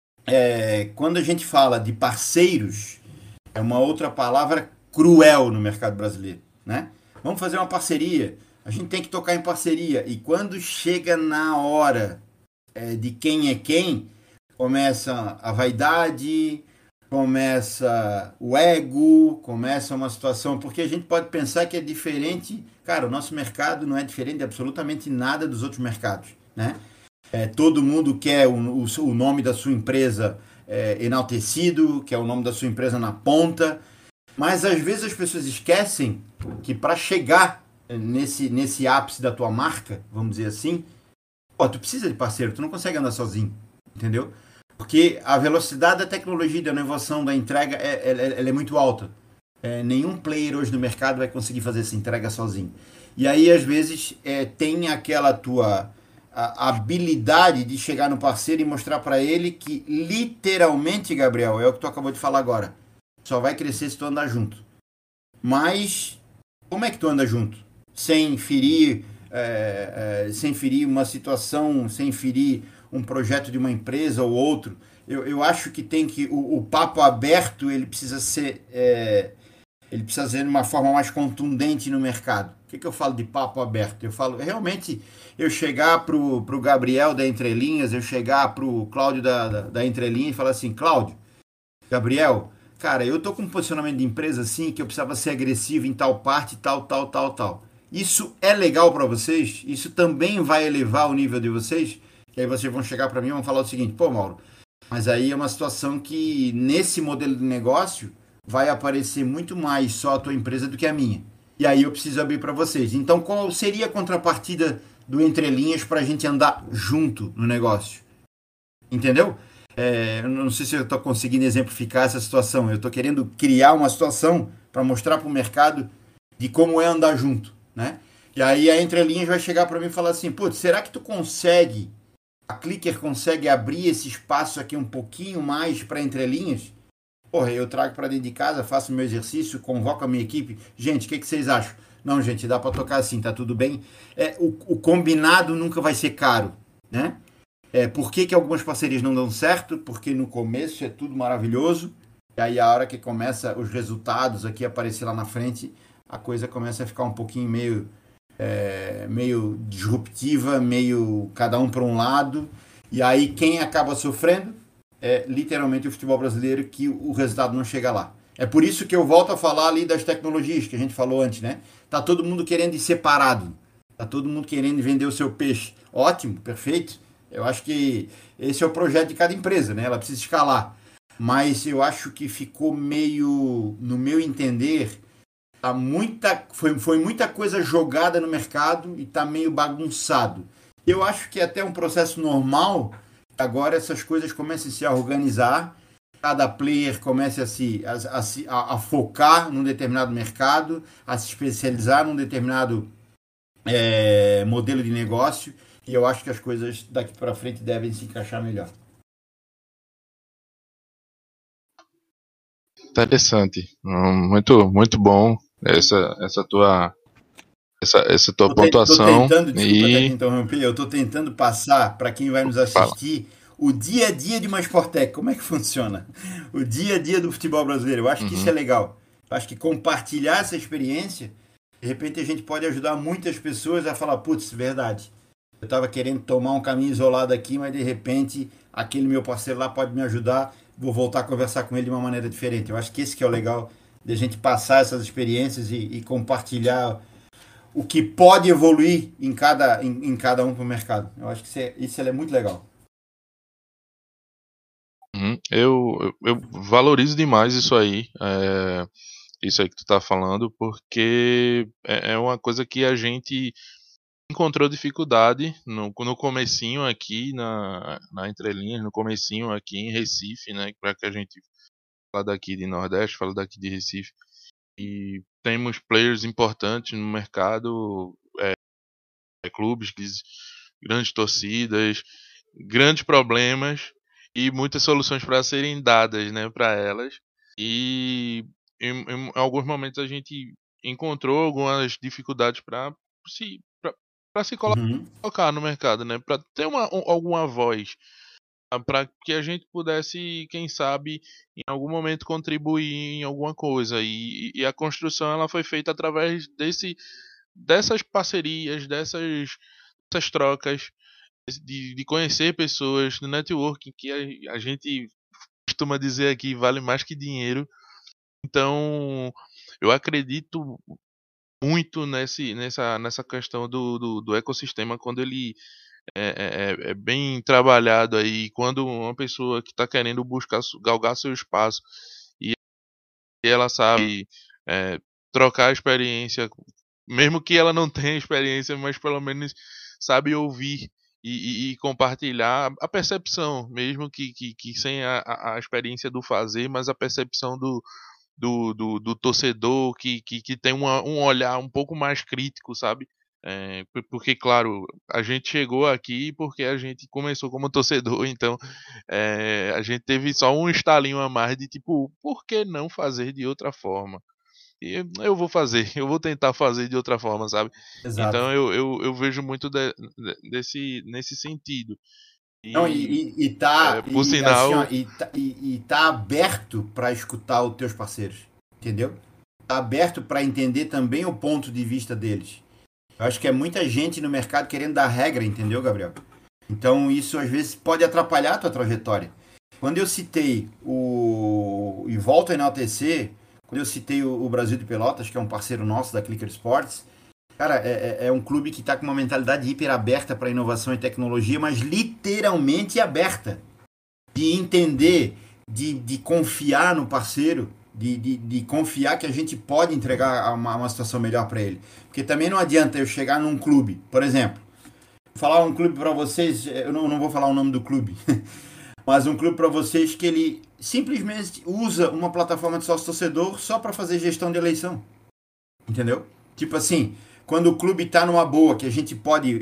quando a gente fala de parceiros, é uma outra palavra cruel no mercado brasileiro, né? Vamos fazer uma parceria. A gente tem que tocar em parceria. E quando chega na hora de quem é quem, começa a vaidade, começa o ego, começa uma situação... Porque a gente pode pensar que é diferente... Cara, o nosso mercado não é diferente de absolutamente nada dos outros mercados, né? Todo mundo quer o nome da sua empresa enaltecido, quer o nome da sua empresa na ponta, mas às vezes as pessoas esquecem que para chegar nesse ápice da tua marca, vamos dizer assim, tu precisa de parceiro, tu não consegue andar sozinho, entendeu? Porque a velocidade da tecnologia, da inovação, da entrega, ela é muito alta. Nenhum player hoje no mercado vai conseguir fazer essa entrega sozinho. E aí, às vezes, tem aquela tua habilidade de chegar no parceiro e mostrar para ele que, literalmente, Gabriel, é o que tu acabou de falar agora, só vai crescer se tu andar junto. Mas, como é que tu anda junto? Sem ferir uma situação, sem ferir um projeto de uma empresa ou outro. Eu acho que tem que... O papo aberto, ele precisa ser de uma forma mais contundente no mercado. O que eu falo de papo aberto? Eu falo, realmente, eu chegar pro Gabriel da Entrelinhas, eu chegar pro Cláudio da Entrelinhas e falar assim: Cláudio, Gabriel, cara, eu tô com um posicionamento de empresa assim que eu precisava ser agressivo em tal parte, tal. Isso é legal para vocês? Isso também vai elevar o nível de vocês? Que aí vocês vão chegar para mim e vão falar o seguinte: pô, Mauro, mas aí é uma situação que nesse modelo de negócio vai aparecer muito mais só a tua empresa do que a minha. E aí eu preciso abrir para vocês. Então, qual seria a contrapartida do Entrelinhas para a gente andar junto no negócio? Entendeu? Eu não sei se eu estou conseguindo exemplificar essa situação. Eu estou querendo criar uma situação para mostrar para o mercado de como é andar junto, né? E aí a Entrelinhas vai chegar para mim e falar assim: putz, será que a Clicker consegue abrir esse espaço aqui um pouquinho mais para Entrelinhas? Porra, eu trago para dentro de casa, faço meu exercício, convoco a minha equipe. Gente, o que vocês acham? Não, gente, dá para tocar assim, tá tudo bem. O combinado nunca vai ser caro, né? Por que algumas parcerias não dão certo? Porque no começo é tudo maravilhoso, e aí a hora que começa os resultados aqui aparecer lá na frente, a coisa começa a ficar um pouquinho meio disruptiva, meio cada um para um lado, e aí quem acaba sofrendo é literalmente o futebol brasileiro, que o resultado não chega lá. É por isso que eu volto a falar ali das tecnologias que a gente falou antes, né? Tá todo mundo querendo ir separado, tá todo mundo querendo vender o seu peixe. Ótimo, perfeito. Eu acho que esse é o projeto de cada empresa, né? Ela precisa escalar. Mas eu acho que ficou meio, no meu entender, foi muita coisa jogada no mercado e está meio bagunçado. Eu acho que é até um processo normal. Agora essas coisas comecem a se organizar, cada player comece a focar num determinado mercado, a se especializar num determinado modelo de negócio, e eu acho que as coisas daqui para frente devem se encaixar melhor. Interessante, muito, muito bom essa tua pontuação. Desculpa até te interromper, eu estou tentando passar para quem vai nos assistir o dia a dia de uma Sportec, como é que funciona? O dia a dia do futebol brasileiro. Eu acho que isso é legal. Eu acho que compartilhar essa experiência, de repente a gente pode ajudar muitas pessoas a falar, putz, verdade. Eu estava querendo tomar um caminho isolado aqui, mas de repente aquele meu parceiro lá pode me ajudar, vou voltar a conversar com ele de uma maneira diferente. Eu acho que esse que é o legal, de a gente passar essas experiências e compartilhar o que pode evoluir em cada um para o mercado. Eu acho que isso é muito legal. Eu valorizo demais isso aí que tu tá falando, porque é uma coisa que a gente encontrou dificuldade no comecinho aqui na Entrelinhas, no comecinho aqui em Recife, né, para que a gente fala daqui de Nordeste, fala daqui de Recife, e temos players importantes no mercado, clubes, grandes torcidas, grandes problemas e muitas soluções para serem dadas, né, para elas. E em alguns momentos a gente encontrou algumas dificuldades para se colocar no mercado, né, para ter alguma voz, para que a gente pudesse, quem sabe, em algum momento contribuir em alguma coisa. E a construção ela foi feita através dessas parcerias, dessas trocas, de conhecer pessoas, do networking, que a gente costuma dizer aqui vale mais que dinheiro. Então, eu acredito muito nessa questão do ecossistema, quando ele é bem trabalhado aí, quando uma pessoa que está querendo galgar seu espaço e ela sabe trocar a experiência, mesmo que ela não tenha experiência, mas pelo menos sabe ouvir e compartilhar a percepção, mesmo que sem a experiência do fazer, mas a percepção do torcedor que tem um olhar um pouco mais crítico, sabe? Porque, claro, a gente chegou aqui porque a gente começou como torcedor, então a gente teve só um estalinho a mais de tipo, por que não fazer de outra forma? E eu vou tentar fazer de outra forma, sabe? Exato. Então eu vejo muito nesse sentido. Por sinal, tá aberto para escutar os teus parceiros, entendeu? Tá aberto para entender também o ponto de vista deles. Eu acho que é muita gente no mercado querendo dar regra, entendeu, Gabriel? Então isso às vezes pode atrapalhar a tua trajetória. Quando eu citei e volto a enaltecer, quando eu citei o Brasil de Pelotas, que é um parceiro nosso da Clicker Sports, cara, é um clube que está com uma mentalidade hiper aberta para inovação e tecnologia, mas literalmente aberta. De entender, de confiar no parceiro, de confiar que a gente pode entregar uma situação melhor para ele. Porque também não adianta eu chegar num clube, por exemplo, falar um clube para vocês, eu não vou falar o nome do clube, mas um clube para vocês que ele simplesmente usa uma plataforma de sócio-torcedor só para fazer gestão de eleição. Entendeu? Tipo assim, quando o clube está numa boa, que a gente pode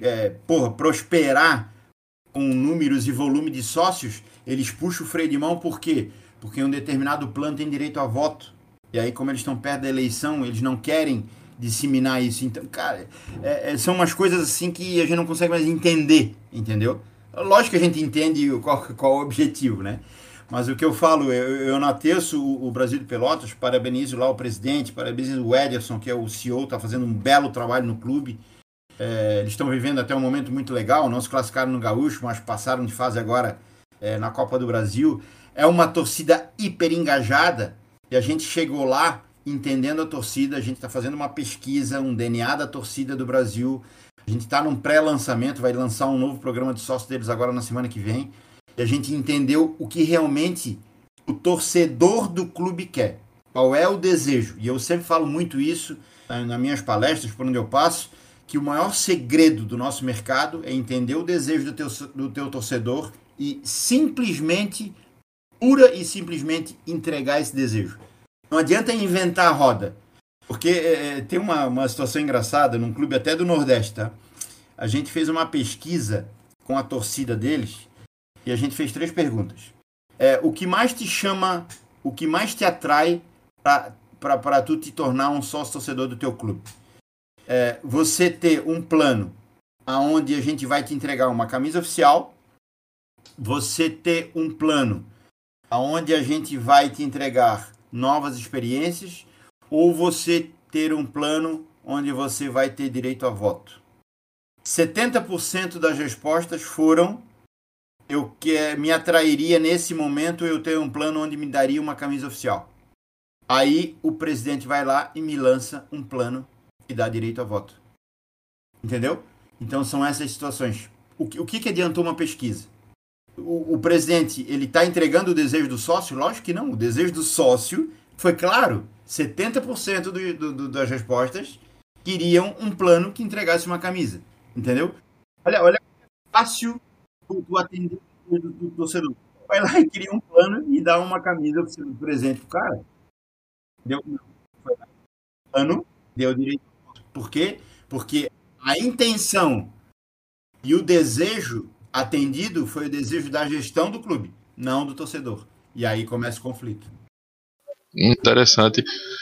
prosperar com números e volume de sócios, eles puxam o freio de mão, por quê? porque um determinado plano tem direito a voto. E aí, como eles estão perto da eleição, eles não querem disseminar isso. Então, cara, são umas coisas assim que a gente não consegue mais entender, entendeu? Lógico que a gente entende qual o objetivo, né? Mas o que eu falo, eu enalteço o Brasil de Pelotas, parabenizo lá o presidente, parabenizo o Ederson, que é o CEO, está fazendo um belo trabalho no clube. Eles estão vivendo até um momento muito legal, não se classificaram no Gaúcho, mas passaram de fase agora na Copa do Brasil. É uma torcida hiper engajada e a gente chegou lá entendendo a torcida, a gente está fazendo uma pesquisa, um DNA da torcida do Brasil, a gente está num pré-lançamento, vai lançar um novo programa de sócio deles agora na semana que vem, e a gente entendeu o que realmente o torcedor do clube quer, qual é o desejo, e eu sempre falo muito isso nas minhas palestras, por onde eu passo, que o maior segredo do nosso mercado é entender o desejo do teu torcedor e simplesmente, pura e simplesmente entregar esse desejo. Não adianta inventar a roda, porque tem uma situação engraçada num clube até do Nordeste, tá? A gente fez uma pesquisa com a torcida deles e a gente fez 3 perguntas. O que mais te chama, o que mais te atrai para tu te tornar um sócio torcedor do teu clube? Você ter um plano onde a gente vai te entregar uma camisa oficial, você ter um plano onde a gente vai te entregar novas experiências, ou você ter um plano onde você vai ter direito a voto. 70% das respostas foram: me atrairia nesse momento eu ter um plano onde me daria uma camisa oficial. Aí o presidente vai lá e me lança um plano que dá direito a voto. Entendeu? Então são essas situações. O que adiantou uma pesquisa? O presidente, ele está entregando o desejo do sócio? Lógico que não. O desejo do sócio foi claro. 70% das respostas queriam um plano que entregasse uma camisa. Entendeu? Olha, fácil do atender do torcedor. Vai lá e cria um plano e dá uma camisa do presente pro cara. Deu plano, deu direito. Por quê? Porque a intenção e o desejo atendido foi o desejo da gestão do clube, não do torcedor. E aí começa o conflito. Interessante.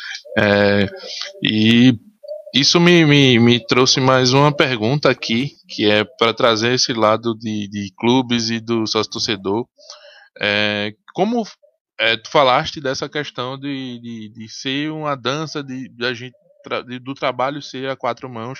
E isso me trouxe mais uma pergunta aqui, que é para trazer esse lado de clubes e do sócio-torcedor. Como tu falaste dessa questão de ser uma dança, do trabalho ser a 4 mãos,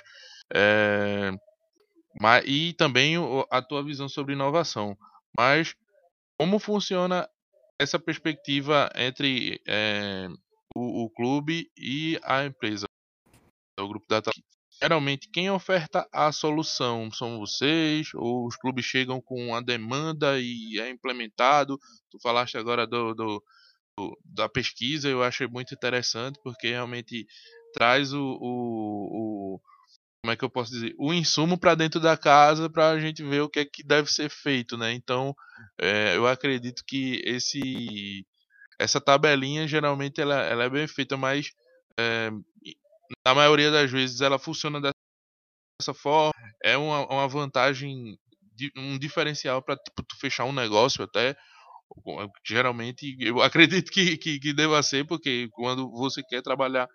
e também a tua visão sobre inovação. Mas como funciona essa perspectiva entre o clube e a empresa, o grupo Data? Geralmente quem oferta a solução são vocês, ou os clubes chegam com a demanda e é implementado? Tu falaste agora da pesquisa, eu achei muito interessante, porque realmente traz como é que eu posso dizer, o insumo para dentro da casa para a gente ver o que é que deve ser feito, né? Então, eu acredito que essa tabelinha geralmente ela é bem feita, mas na maioria das vezes ela funciona dessa forma. É uma vantagem, um diferencial para tu fechar um negócio até. Geralmente, eu acredito que deva ser, porque quando você quer trabalhar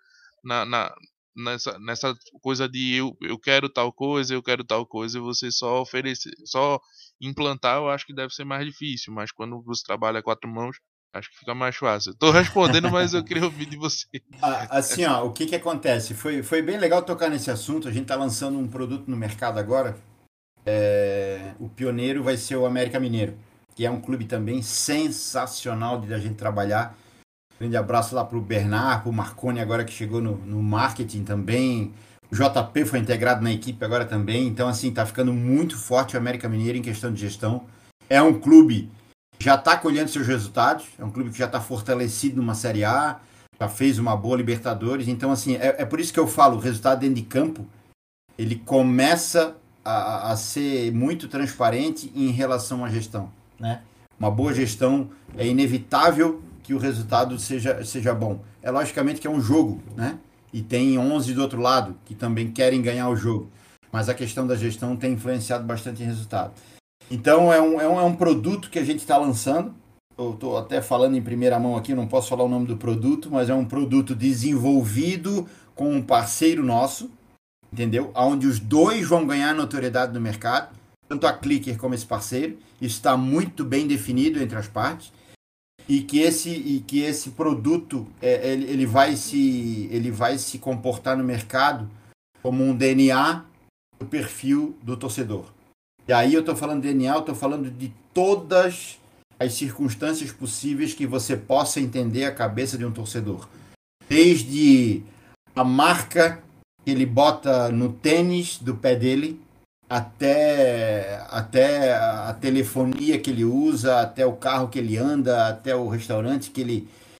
nessa coisa de eu quero tal coisa, e você só oferecer, só implantar, eu acho que deve ser mais difícil, mas quando você trabalha a 4 mãos, acho que fica mais fácil. Tô respondendo, mas eu queria ouvir de você. Assim, o que acontece? Foi bem legal tocar nesse assunto, a gente tá lançando um produto no mercado agora, o pioneiro vai ser o América Mineiro, que é um clube também sensacional de a gente trabalhar. Grande abraço lá pro Bernard, pro Marconi agora que chegou no marketing também. O JP foi integrado na equipe agora também. Então, assim, tá ficando muito forte o América Mineiro em questão de gestão. É um clube que já tá colhendo seus resultados. É um clube que já tá fortalecido numa Série A. Já fez uma boa Libertadores. Então, assim, é por isso que eu falo, o resultado dentro de campo, ele começa a ser muito transparente em relação à gestão, né? Uma boa gestão é inevitável que o resultado seja bom. Logicamente que é um jogo, né? E tem 11 do outro lado que também querem ganhar o jogo. Mas a questão da gestão tem influenciado bastante em resultado. Então é um produto que a gente está lançando. eu estou até falando em primeira mão aqui, não posso falar o nome do produto, mas é um produto desenvolvido com um parceiro nosso, entendeu? Onde os dois vão ganhar notoriedade no mercado, tanto a Clicker como esse parceiro. Isso está muito bem definido entre as partes. E que esse produto ele vai se comportar no mercado como um DNA do perfil do torcedor. E aí eu estou falando de DNA, eu estou falando de todas as circunstâncias possíveis que você possa entender a cabeça de um torcedor. Desde a marca que ele bota no tênis do pé dele, até a telefonia que ele usa, até o carro que ele anda, até o restaurante que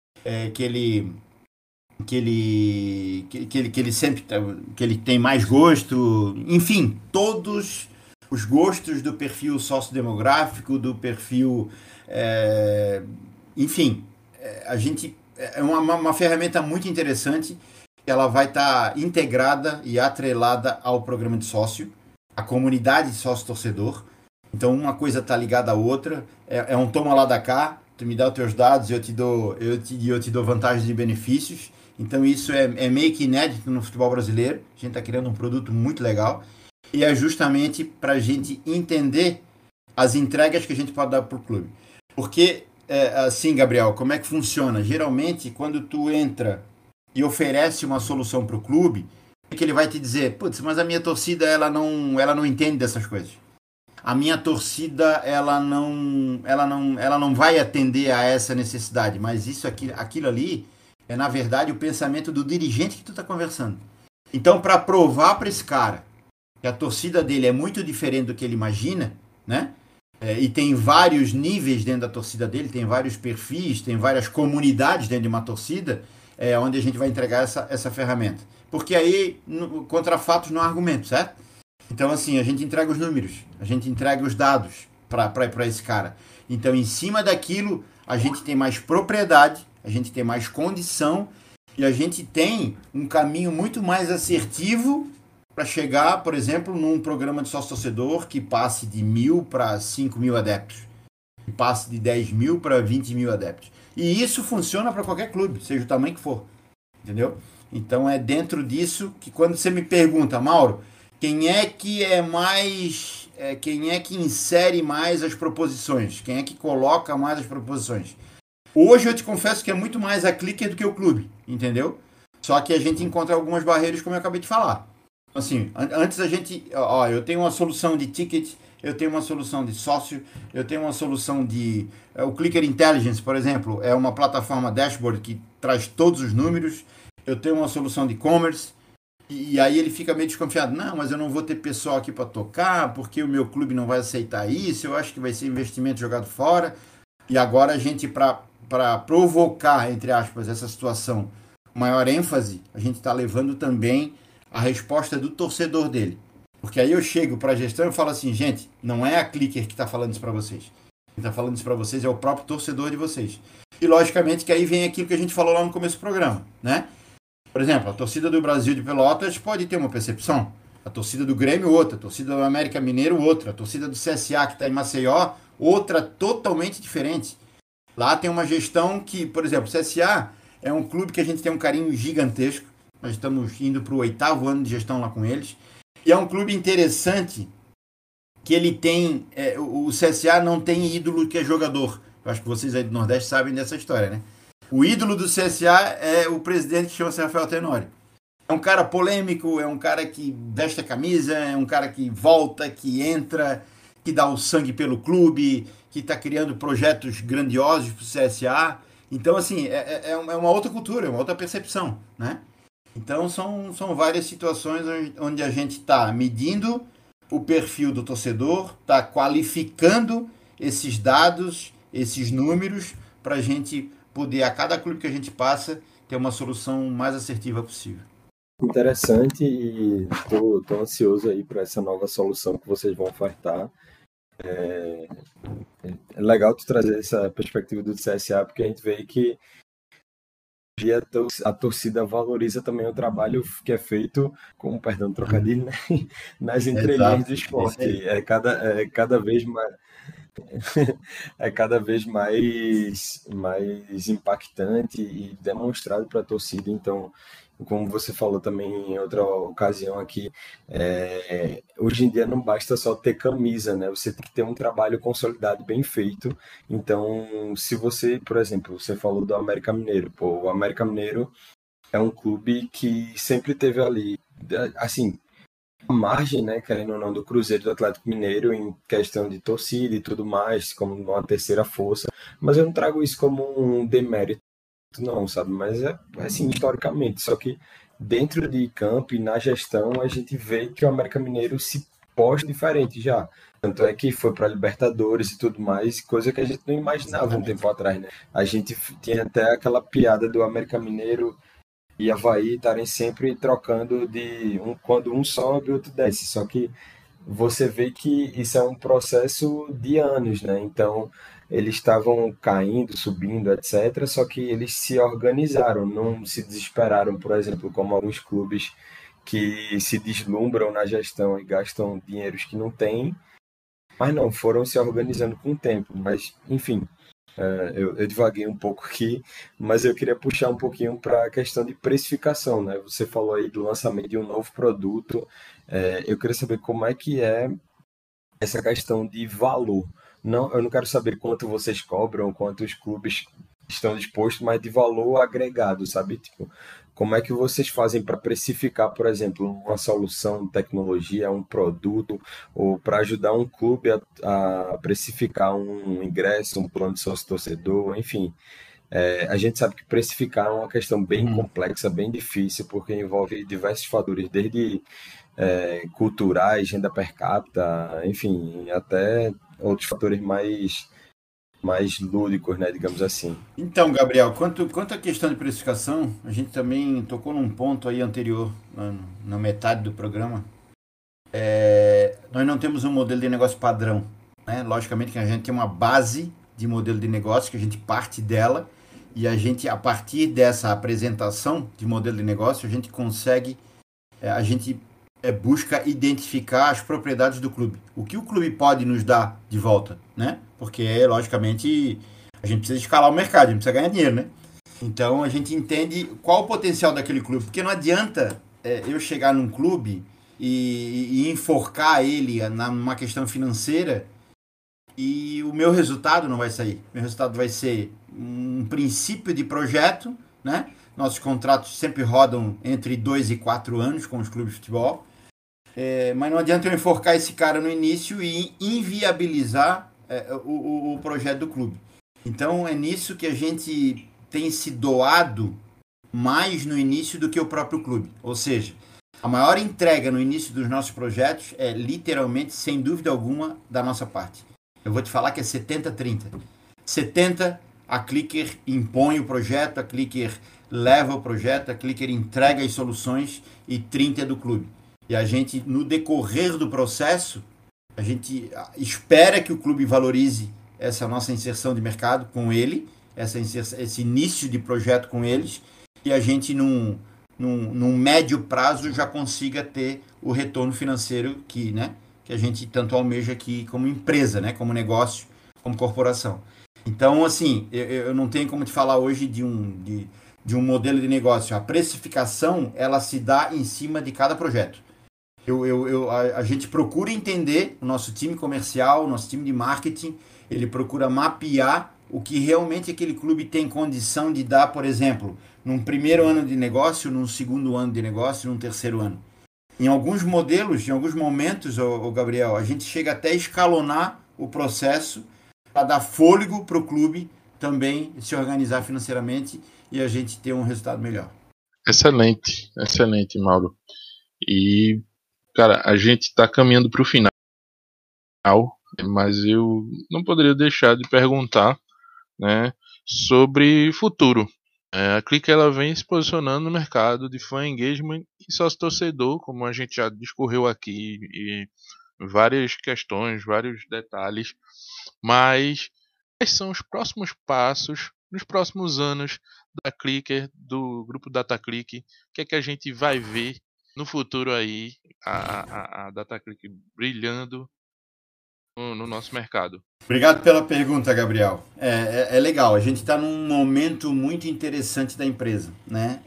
ele sempre que ele tem mais gosto, enfim, todos os gostos do perfil sociodemográfico, do perfil, enfim, a gente é uma ferramenta muito interessante. Ela vai estar integrada e atrelada ao programa de sócio, a comunidade de sócio-torcedor. Então uma coisa está ligada à outra, é um toma lá da cá, tu me dá os teus dados e eu te dou vantagens e benefícios. Então isso é meio que inédito no futebol brasileiro. A gente está criando um produto muito legal e é justamente para a gente entender as entregas que a gente pode dar para o clube. Porque, assim, Gabriel, como é que funciona? Geralmente, quando tu entra e oferece uma solução para o clube, que ele vai te dizer, putz, mas a minha torcida ela não entende dessas coisas. A minha torcida ela não vai atender a essa necessidade, mas aquilo ali é na verdade o pensamento do dirigente que tu está conversando. Então, para provar para esse cara que a torcida dele é muito diferente do que ele imagina, né? E tem vários níveis dentro da torcida dele, tem vários perfis, tem várias comunidades dentro de uma torcida, onde a gente vai entregar essa ferramenta. Porque aí, contra fatos, não há argumento, certo? Então, assim, a gente entrega os números, a gente entrega os dados para esse cara. Então, em cima daquilo, a gente tem mais propriedade, a gente tem mais condição e a gente tem um caminho muito mais assertivo para chegar, por exemplo, num programa de sócio-torcedor que passe de 1.000 para 5.000 adeptos, que passe de 10.000 para 20.000 adeptos. E isso funciona para qualquer clube, seja o tamanho que for, entendeu? Então é dentro disso que quando você me pergunta, Mauro, quem é que insere mais as proposições? Quem é que coloca mais as proposições? Hoje eu te confesso que é muito mais a Clicker do que o clube, entendeu? Só que a gente encontra algumas barreiras, como eu acabei de falar. Assim, antes a gente, eu tenho uma solução de ticket, eu tenho uma solução de sócio, eu tenho uma solução de... o Clicker Intelligence, por exemplo, é uma plataforma dashboard que traz todos os números. Eu tenho uma solução de e-commerce. E aí ele fica meio desconfiado. Não, mas eu não vou ter pessoal aqui para tocar, porque o meu clube não vai aceitar isso, eu acho que vai ser investimento jogado fora. E agora a gente, para provocar, entre aspas, essa situação, maior ênfase, a gente está levando também a resposta do torcedor dele. Porque aí eu chego para a gestão e falo assim, gente, não é a Clicker que está falando isso para vocês. Quem está falando isso para vocês é o próprio torcedor de vocês. E logicamente que aí vem aquilo que a gente falou lá no começo do programa, né? Por exemplo, a torcida do Brasil de Pelotas pode ter uma percepção, a torcida do Grêmio outra, a torcida do América Mineiro outra, a torcida do CSA que está em Maceió outra totalmente diferente. Lá tem uma gestão que, por exemplo, o CSA é um clube que a gente tem um carinho gigantesco, nós estamos indo para o 8º ano de gestão lá com eles, e é um clube interessante que ele tem, o CSA não tem ídolo que é jogador. Eu acho que vocês aí do Nordeste sabem dessa história, né? O ídolo do CSA é o presidente que chama-se Rafael Tenório. É um cara polêmico, é um cara que veste a camisa, é um cara que volta, que entra, que dá o sangue pelo clube, que está criando projetos grandiosos para o CSA. Então, assim, é uma outra cultura, é uma outra percepção, né? Então, são várias situações onde a gente está medindo o perfil do torcedor, está qualificando esses dados, esses números, para a gente poder, a cada clube que a gente passa, ter uma solução mais assertiva possível. Interessante e tô ansioso aí para essa nova solução que vocês vão ofertar. É legal tu trazer essa perspectiva do CSA, porque a gente vê que a torcida valoriza também o trabalho que é feito, com perdão do trocadilho, né? Nas entrelinhas do esporte. Cada vez é cada vez mais impactante e demonstrado para a torcida. Então, como você falou também em outra ocasião aqui, hoje em dia não basta só ter camisa, né? Você tem que ter um trabalho consolidado, bem feito. Então, se você, por exemplo, você falou do América Mineiro, pô, o América Mineiro é um clube que sempre teve ali, assim, a margem, né, querendo ou não, do Cruzeiro e do Atlético Mineiro em questão de torcida e tudo mais, como uma terceira força, mas eu não trago isso como um demérito, não, sabe? Mas é assim, historicamente, só que dentro de campo e na gestão a gente vê que o América Mineiro se posta diferente já. Tanto é que foi para Libertadores e tudo mais, coisa que a gente não imaginava um Exatamente. tempo atrás, né? A gente tinha até aquela piada do América Mineiro e Avaí estarem sempre trocando quando um sobe, o outro desce. Só que você vê que isso é um processo de anos, né? Então, eles estavam caindo, subindo, etc. Só que eles se organizaram, não se desesperaram, por exemplo, como alguns clubes que se deslumbram na gestão e gastam dinheiros que não têm, mas não, foram se organizando com o tempo. Mas, enfim, eu divaguei um pouco aqui, mas eu queria puxar um pouquinho para a questão de precificação, né? Você falou aí do lançamento de um novo produto. Eu queria saber como é que é essa questão de valor. Não, eu não quero saber quanto vocês cobram, quanto os clubes estão dispostos, mas de valor agregado, sabe? Tipo, como é que vocês fazem para precificar, por exemplo, uma solução, tecnologia, um produto, ou para ajudar um clube a precificar um ingresso, um plano de sócio torcedor, enfim. A gente sabe que precificar é uma questão bem Uhum. complexa, bem difícil, porque envolve diversos fatores, desde culturais, renda per capita, enfim, até outros fatores mais lúdicos, né, digamos assim. Então, Gabriel, quanto à questão de precificação, a gente também tocou num ponto aí anterior, na metade do programa. Nós não temos um modelo de negócio padrão, né? Logicamente que a gente tem uma base de modelo de negócio, que a gente parte dela, e a gente, a partir dessa apresentação de modelo de negócio, a gente consegue, a gente busca identificar as propriedades do clube. O que o clube pode nos dar de volta, né? Porque, logicamente, a gente precisa escalar o mercado, a gente precisa ganhar dinheiro, né? Então, a gente entende qual o potencial daquele clube. Porque não adianta eu chegar num clube e enforcar ele numa questão financeira e o meu resultado não vai sair. Meu resultado vai ser um princípio de projeto, né? Nossos contratos sempre rodam entre 2 e 4 anos com os clubes de futebol. Mas não adianta eu enforcar esse cara no início e inviabilizar o projeto do clube. Então é nisso que a gente tem se doado mais no início do que o próprio clube. Ou seja, a maior entrega no início dos nossos projetos é literalmente, sem dúvida alguma, da nossa parte. Eu vou te falar que é 70-30. 70 a Clicker impõe o projeto, a Clicker leva o projeto, a Clicker entrega as soluções e 30 é do clube. E a gente, no decorrer do processo, a gente espera que o clube valorize essa nossa inserção de mercado com ele, esse início de projeto com eles, e a gente, num médio prazo, já consiga ter o retorno financeiro que a gente tanto almeja aqui como empresa, né, como negócio, como corporação. Então, assim, eu não tenho como te falar hoje de um modelo de negócio. A precificação, ela se dá em cima de cada projeto. A gente procura entender o nosso time comercial, o nosso time de marketing, ele procura mapear o que realmente aquele clube tem condição de dar, por exemplo, num primeiro ano de negócio, num segundo ano de negócio, num terceiro ano. Em alguns modelos, em alguns momentos, Gabriel, a gente chega até a escalonar o processo para dar fôlego para o clube também se organizar financeiramente e a gente ter um resultado melhor. Excelente, excelente, Mauro. E, cara, a gente está caminhando para o final, mas eu não poderia deixar de perguntar, né, sobre futuro. A Click ela vem se posicionando no mercado de fan engagement e sócio torcedor, como a gente já discorreu aqui, e várias questões, vários detalhes. Mas quais são os próximos passos nos próximos anos da Clicker, do grupo DataClick? O que é que a gente vai ver no futuro aí, a DataClick brilhando no nosso mercado? Obrigado pela pergunta, Gabriel. É legal, a gente está num momento muito interessante da empresa, né?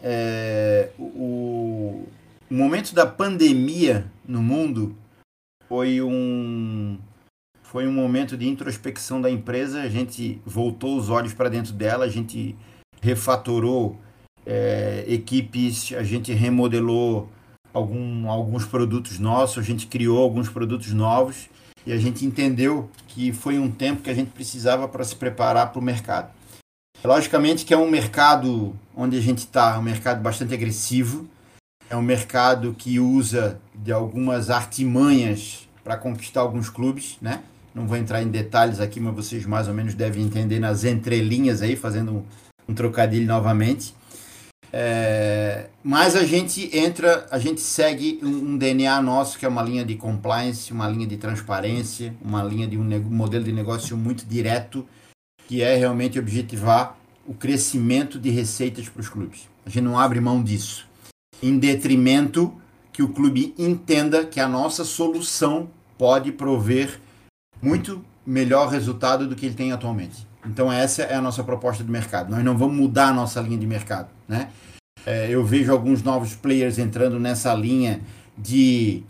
O momento da pandemia no mundo foi um momento de introspecção da empresa. A gente voltou os olhos para dentro dela, a gente refatorou equipes, a gente remodelou alguns produtos nossos, a gente criou alguns produtos novos e a gente entendeu que foi um tempo que a gente precisava para se preparar para o mercado. Logicamente que é um mercado onde a gente está, um mercado bastante agressivo, é um mercado que usa de algumas artimanhas para conquistar alguns clubes, né? Não vou entrar em detalhes aqui, mas vocês mais ou menos devem entender nas entrelinhas aí, fazendo um trocadilho novamente. Mas a gente segue um DNA nosso, que é uma linha de compliance, uma linha de transparência, uma linha de um modelo de negócio muito direto, que é realmente objetivar o crescimento de receitas para os clubes. A gente não abre mão disso, em detrimento que o clube entenda que a nossa solução pode prover muito melhor resultado do que ele tem atualmente. Então essa é a nossa proposta de mercado. Nós não vamos mudar a nossa linha de mercado, né? Eu vejo alguns novos players entrando nessa linha de...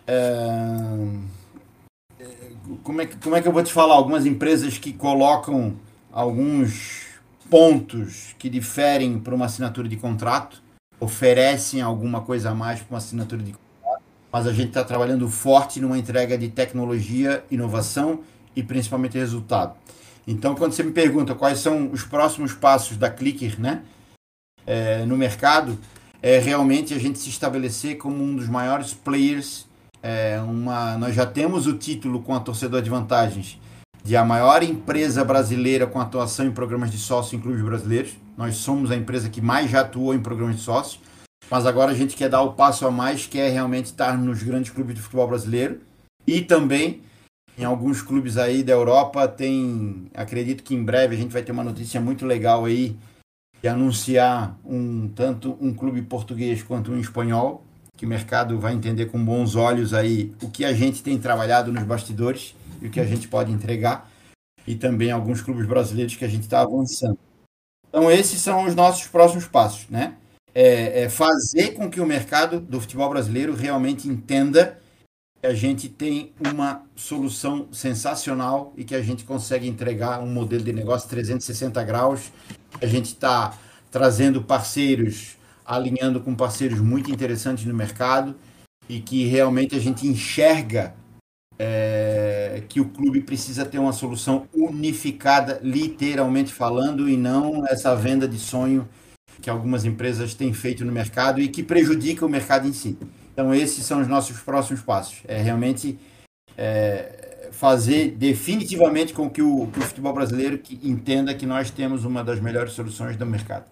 Como é que eu vou te falar? Algumas empresas que colocam alguns pontos que diferem para uma assinatura de contrato, oferecem alguma coisa a mais para uma assinatura de contrato, mas a gente está trabalhando forte numa entrega de tecnologia, inovação e principalmente resultado. Então, quando você me pergunta quais são os próximos passos da Clicker, né, no mercado, é realmente a gente se estabelecer como um dos maiores players. Nós já temos o título com a Torcedor de Vantagens de a maior empresa brasileira com atuação em programas de sócio em clubes brasileiros. Nós somos a empresa que mais já atuou em programas de sócio, mas agora a gente quer dar o passo a mais, que é realmente estar nos grandes clubes de futebol brasileiro e também em alguns clubes aí da Europa. Acredito que em breve a gente vai ter uma notícia muito legal aí de anunciar tanto um clube português quanto um espanhol, que o mercado vai entender com bons olhos aí o que a gente tem trabalhado nos bastidores e o que a gente pode entregar, e também alguns clubes brasileiros que a gente está avançando. Então esses são os nossos próximos passos, né? Fazer com que o mercado do futebol brasileiro realmente entenda que a gente tem uma solução sensacional e que a gente consegue entregar um modelo de negócio 360 graus. A gente está trazendo parceiros, alinhando com parceiros muito interessantes no mercado e que realmente a gente enxerga que o clube precisa ter uma solução unificada, literalmente falando, e não essa venda de sonho que algumas empresas têm feito no mercado e que prejudica o mercado em si. Então esses são os nossos próximos passos. Realmente fazer definitivamente com que o futebol brasileiro entenda que nós temos uma das melhores soluções do mercado.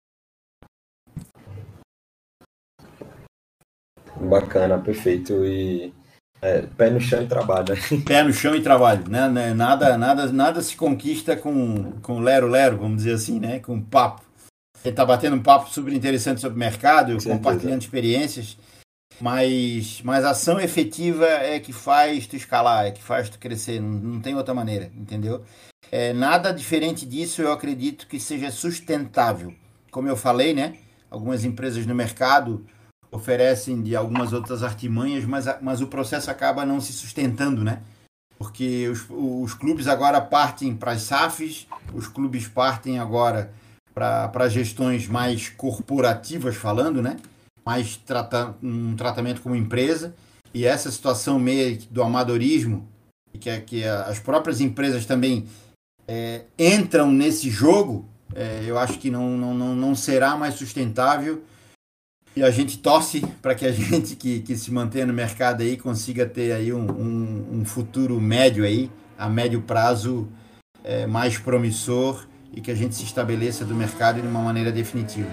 Bacana, perfeito. E pé no chão e trabalho. Pé no chão e trabalho, né? Nada se conquista com lero-lero, vamos dizer assim, né? Com papo. Ele está batendo um papo super interessante sobre o mercado, compartilhando experiências, mas a ação efetiva é que faz tu escalar, é que faz tu crescer, não tem outra maneira, entendeu? Nada diferente disso eu acredito que seja sustentável. Como eu falei, né? Algumas empresas no mercado oferecem de algumas outras artimanhas, mas o processo acaba não se sustentando, né? Porque os clubes agora partem para as SAFs, os clubes partem agora para gestões mais corporativas, falando, né? Mais um tratamento como empresa, e essa situação meio do amadorismo, que as próprias empresas também entram nesse jogo, eu acho que não será mais sustentável. E a gente torce para que a gente que se mantenha no mercado aí consiga ter aí um futuro médio aí, a médio prazo, mais promissor, e que a gente se estabeleça do mercado de uma maneira definitiva.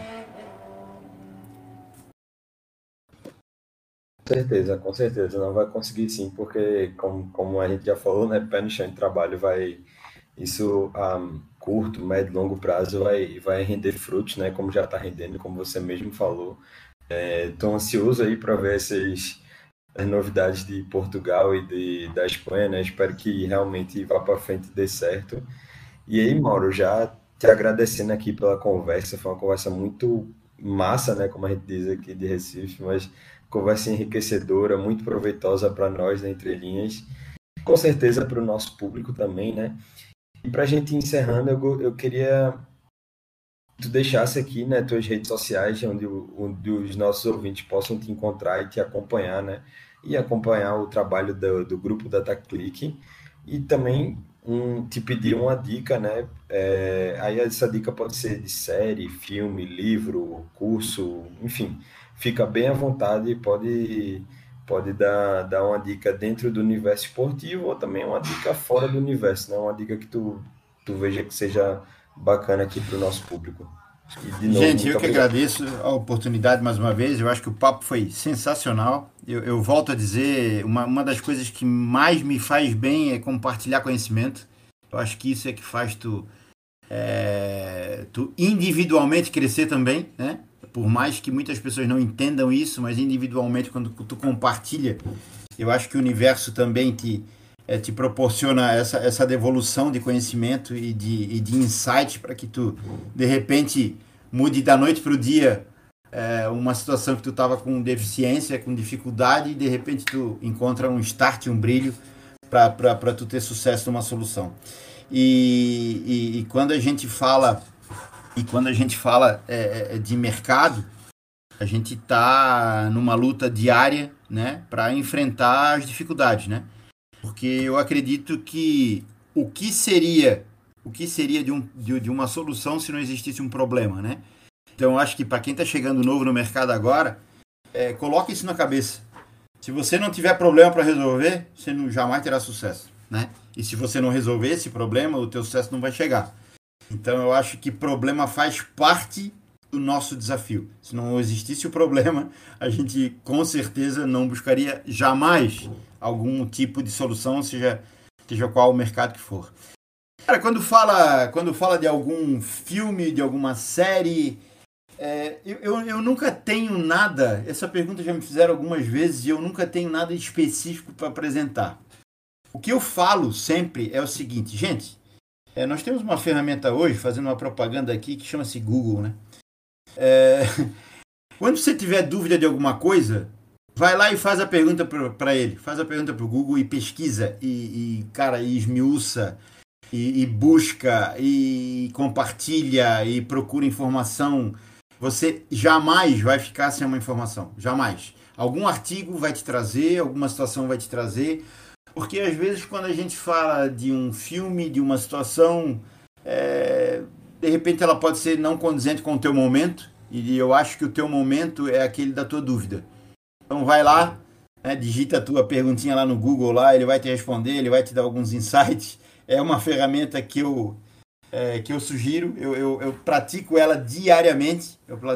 Com certeza, não vai conseguir sim, porque como a gente já falou, né, pé no chão de trabalho isso a curto, médio e longo prazo vai render frutos, né, como já está rendendo, como você mesmo falou. Estou ansioso aí para ver as novidades de Portugal e da Espanha, né? Espero que realmente vá para frente e dê certo. E aí, Mauro, já te agradecendo aqui pela conversa, foi uma conversa muito massa, né? Como a gente diz aqui de Recife, mas conversa enriquecedora, muito proveitosa para nós, né, Entre Linhas, com certeza para o nosso público também, né? E para a gente ir encerrando, eu queria que tu deixasse aqui, né, tuas redes sociais, onde os nossos ouvintes possam te encontrar e te acompanhar, né? E acompanhar o trabalho do grupo DataClick. E também te pedir uma dica, né? Aí essa dica pode ser de série, filme, livro, curso, enfim. Fica bem à vontade, pode dar uma dica dentro do universo esportivo ou também uma dica fora do universo, né? Uma dica que tu veja que seja bacana aqui para o nosso público. E de novo, Gente, eu muito que obrigado. agradeço a oportunidade mais uma vez. Eu acho que o papo foi sensacional. Eu volto a dizer, uma das coisas que mais me faz bem é compartilhar conhecimento. Eu acho que isso é que faz tu individualmente crescer também, né? Por mais que muitas pessoas não entendam isso, mas individualmente, quando tu compartilha, eu acho que o universo também te proporciona essa devolução de conhecimento e de insight para que tu, de repente, mude da noite para o dia uma situação que tu estava com deficiência, com dificuldade, e de repente tu encontra um start, um brilho para tu ter sucesso numa solução. E quando a gente fala de mercado, a gente está numa luta diária, né, para enfrentar as dificuldades, né? Porque eu acredito que o que seria de uma solução se não existisse um problema, né? Então eu acho que para quem está chegando novo no mercado agora, coloque isso na cabeça. Se você não tiver problema para resolver, você jamais terá sucesso, né? E se você não resolver esse problema, o teu sucesso não vai chegar. Então eu acho que problema faz parte do nosso desafio. Se não existisse o problema, a gente com certeza não buscaria jamais algum tipo de solução, seja qual o mercado que for. Cara, quando fala de algum filme, de alguma série, eu nunca tenho nada. Essa pergunta já me fizeram algumas vezes e eu nunca tenho nada específico para apresentar. O que eu falo sempre é o seguinte, gente. Nós temos uma ferramenta hoje, fazendo uma propaganda aqui, que chama-se Google, né? Quando você tiver dúvida de alguma coisa, vai lá e faz a pergunta para ele. Faz a pergunta para o Google e pesquisa. Cara, e esmiuça, e busca, e compartilha, e procura informação. Você jamais vai ficar sem uma informação. Jamais. Algum artigo vai te trazer, alguma situação vai te trazer. Porque às vezes quando a gente fala de um filme, de uma situação, de repente ela pode ser não condizente com o teu momento, e eu acho que o teu momento é aquele da tua dúvida. Então vai lá, né, digita a tua perguntinha lá no Google, lá, ele vai te responder, ele vai te dar alguns insights. É uma ferramenta que eu sugiro, eu pratico ela diariamente,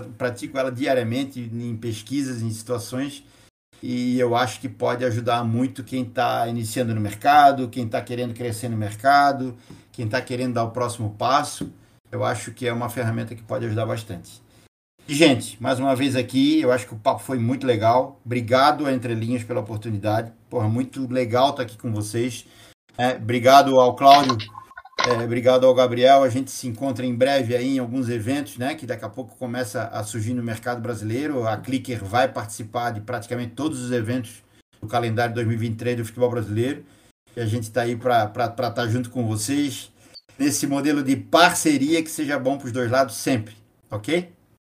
em pesquisas, em situações, e eu acho que pode ajudar muito quem está iniciando no mercado, quem está querendo crescer no mercado, quem está querendo dar o próximo passo. Eu acho que é uma ferramenta que pode ajudar bastante. E, gente, mais uma vez aqui, eu acho que o papo foi muito legal. Obrigado a Entre Linhas pela oportunidade. Porra, muito legal estar aqui com vocês. Obrigado ao Cláudio, obrigado ao Gabriel. A gente se encontra em breve aí em alguns eventos, né, que daqui a pouco começa a surgir no mercado brasileiro. A Clicker vai participar de praticamente todos os eventos do calendário 2023 do futebol brasileiro. E a gente está aí para estar junto com vocês nesse modelo de parceria que seja bom para os dois lados sempre, ok?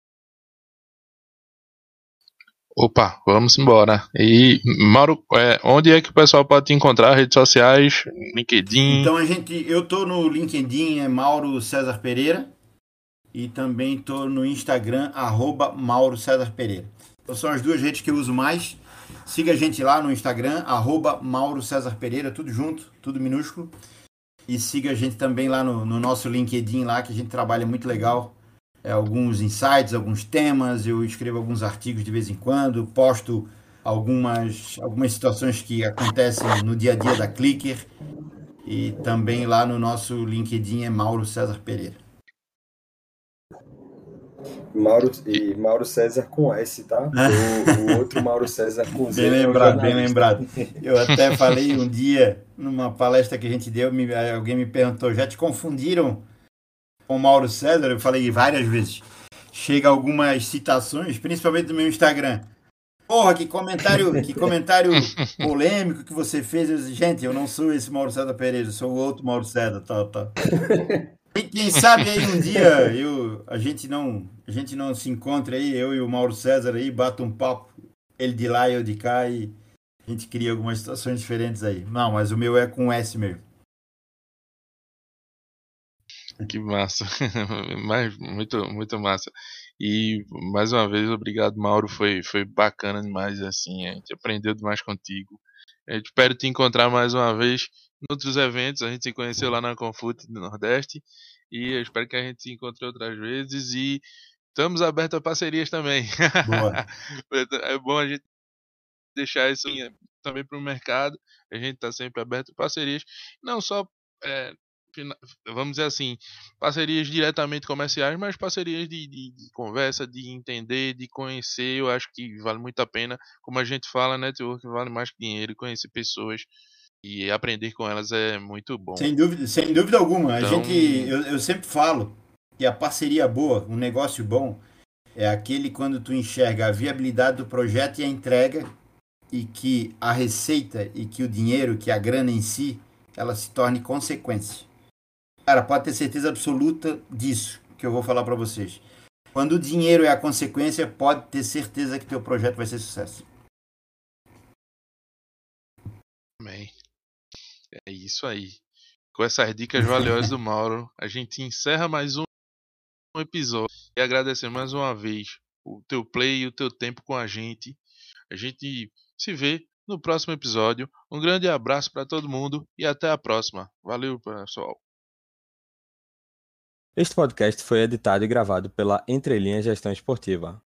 Opa, vamos embora. E, Mauro, onde é que o pessoal pode te encontrar? Redes sociais, LinkedIn? Então eu tô no LinkedIn, Mauro César Pereira, e também tô no Instagram, @Mauro César Pereira. Então são as duas redes que eu uso mais. Siga a gente lá no Instagram, @Mauro César Pereira, tudo junto, tudo minúsculo. E siga a gente também lá no nosso LinkedIn, lá que a gente trabalha muito legal. Alguns insights, alguns temas, eu escrevo alguns artigos de vez em quando, posto algumas situações que acontecem no dia a dia da Clicker, e também lá no nosso LinkedIn Mauro César Pereira. Mauro César com S, tá? O outro Mauro César com Z. Bem lembrado. Eu até falei um dia, numa palestra que a gente deu, alguém me perguntou, já te confundiram com o Mauro César? Eu falei várias vezes. Chega algumas citações, principalmente no meu Instagram. Porra, que comentário polêmico que você fez. Eu disse, gente, eu não sou esse Mauro César Pereira, eu sou o outro Mauro César, tá. Quem sabe aí um dia a gente não se encontra aí, eu e o Mauro César aí, bata um papo, ele de lá e eu de cá, e a gente cria algumas situações diferentes aí. Não, mas o meu é com S mesmo. Que massa. Muito massa. E mais uma vez, obrigado, Mauro. Foi bacana demais, assim. A gente aprendeu demais contigo. Eu espero te encontrar mais uma vez em outros eventos. A gente se conheceu lá na Confute do Nordeste. E eu espero que a gente se encontre outras vezes. E estamos abertos a parcerias também. Boa. É bom a gente deixar isso também para o mercado. A gente está sempre aberto a parcerias. Não só, é, vamos dizer assim, parcerias diretamente comerciais, mas parcerias de conversa, de entender, de conhecer. Eu acho que vale muito a pena. Como a gente fala, network vale mais que dinheiro. Conhecer pessoas e aprender com elas é muito bom. Sem dúvida alguma. Então, Eu sempre falo que a parceria boa, um negócio bom, é aquele quando tu enxerga a viabilidade do projeto e a entrega, e que a receita e que o dinheiro, que a grana em si, ela se torne consequência. Cara, pode ter certeza absoluta disso que eu vou falar para vocês. Quando o dinheiro é a consequência, pode ter certeza que teu projeto vai ser sucesso. amém. É isso aí. Com essas dicas valiosas do Mauro, a gente encerra mais um episódio e agradecer mais uma vez o teu play e o teu tempo com a gente. A gente se vê no próximo episódio. Um grande abraço para todo mundo e até a próxima. Valeu, pessoal. Este podcast foi editado e gravado pela Entrelinhas Gestão Esportiva.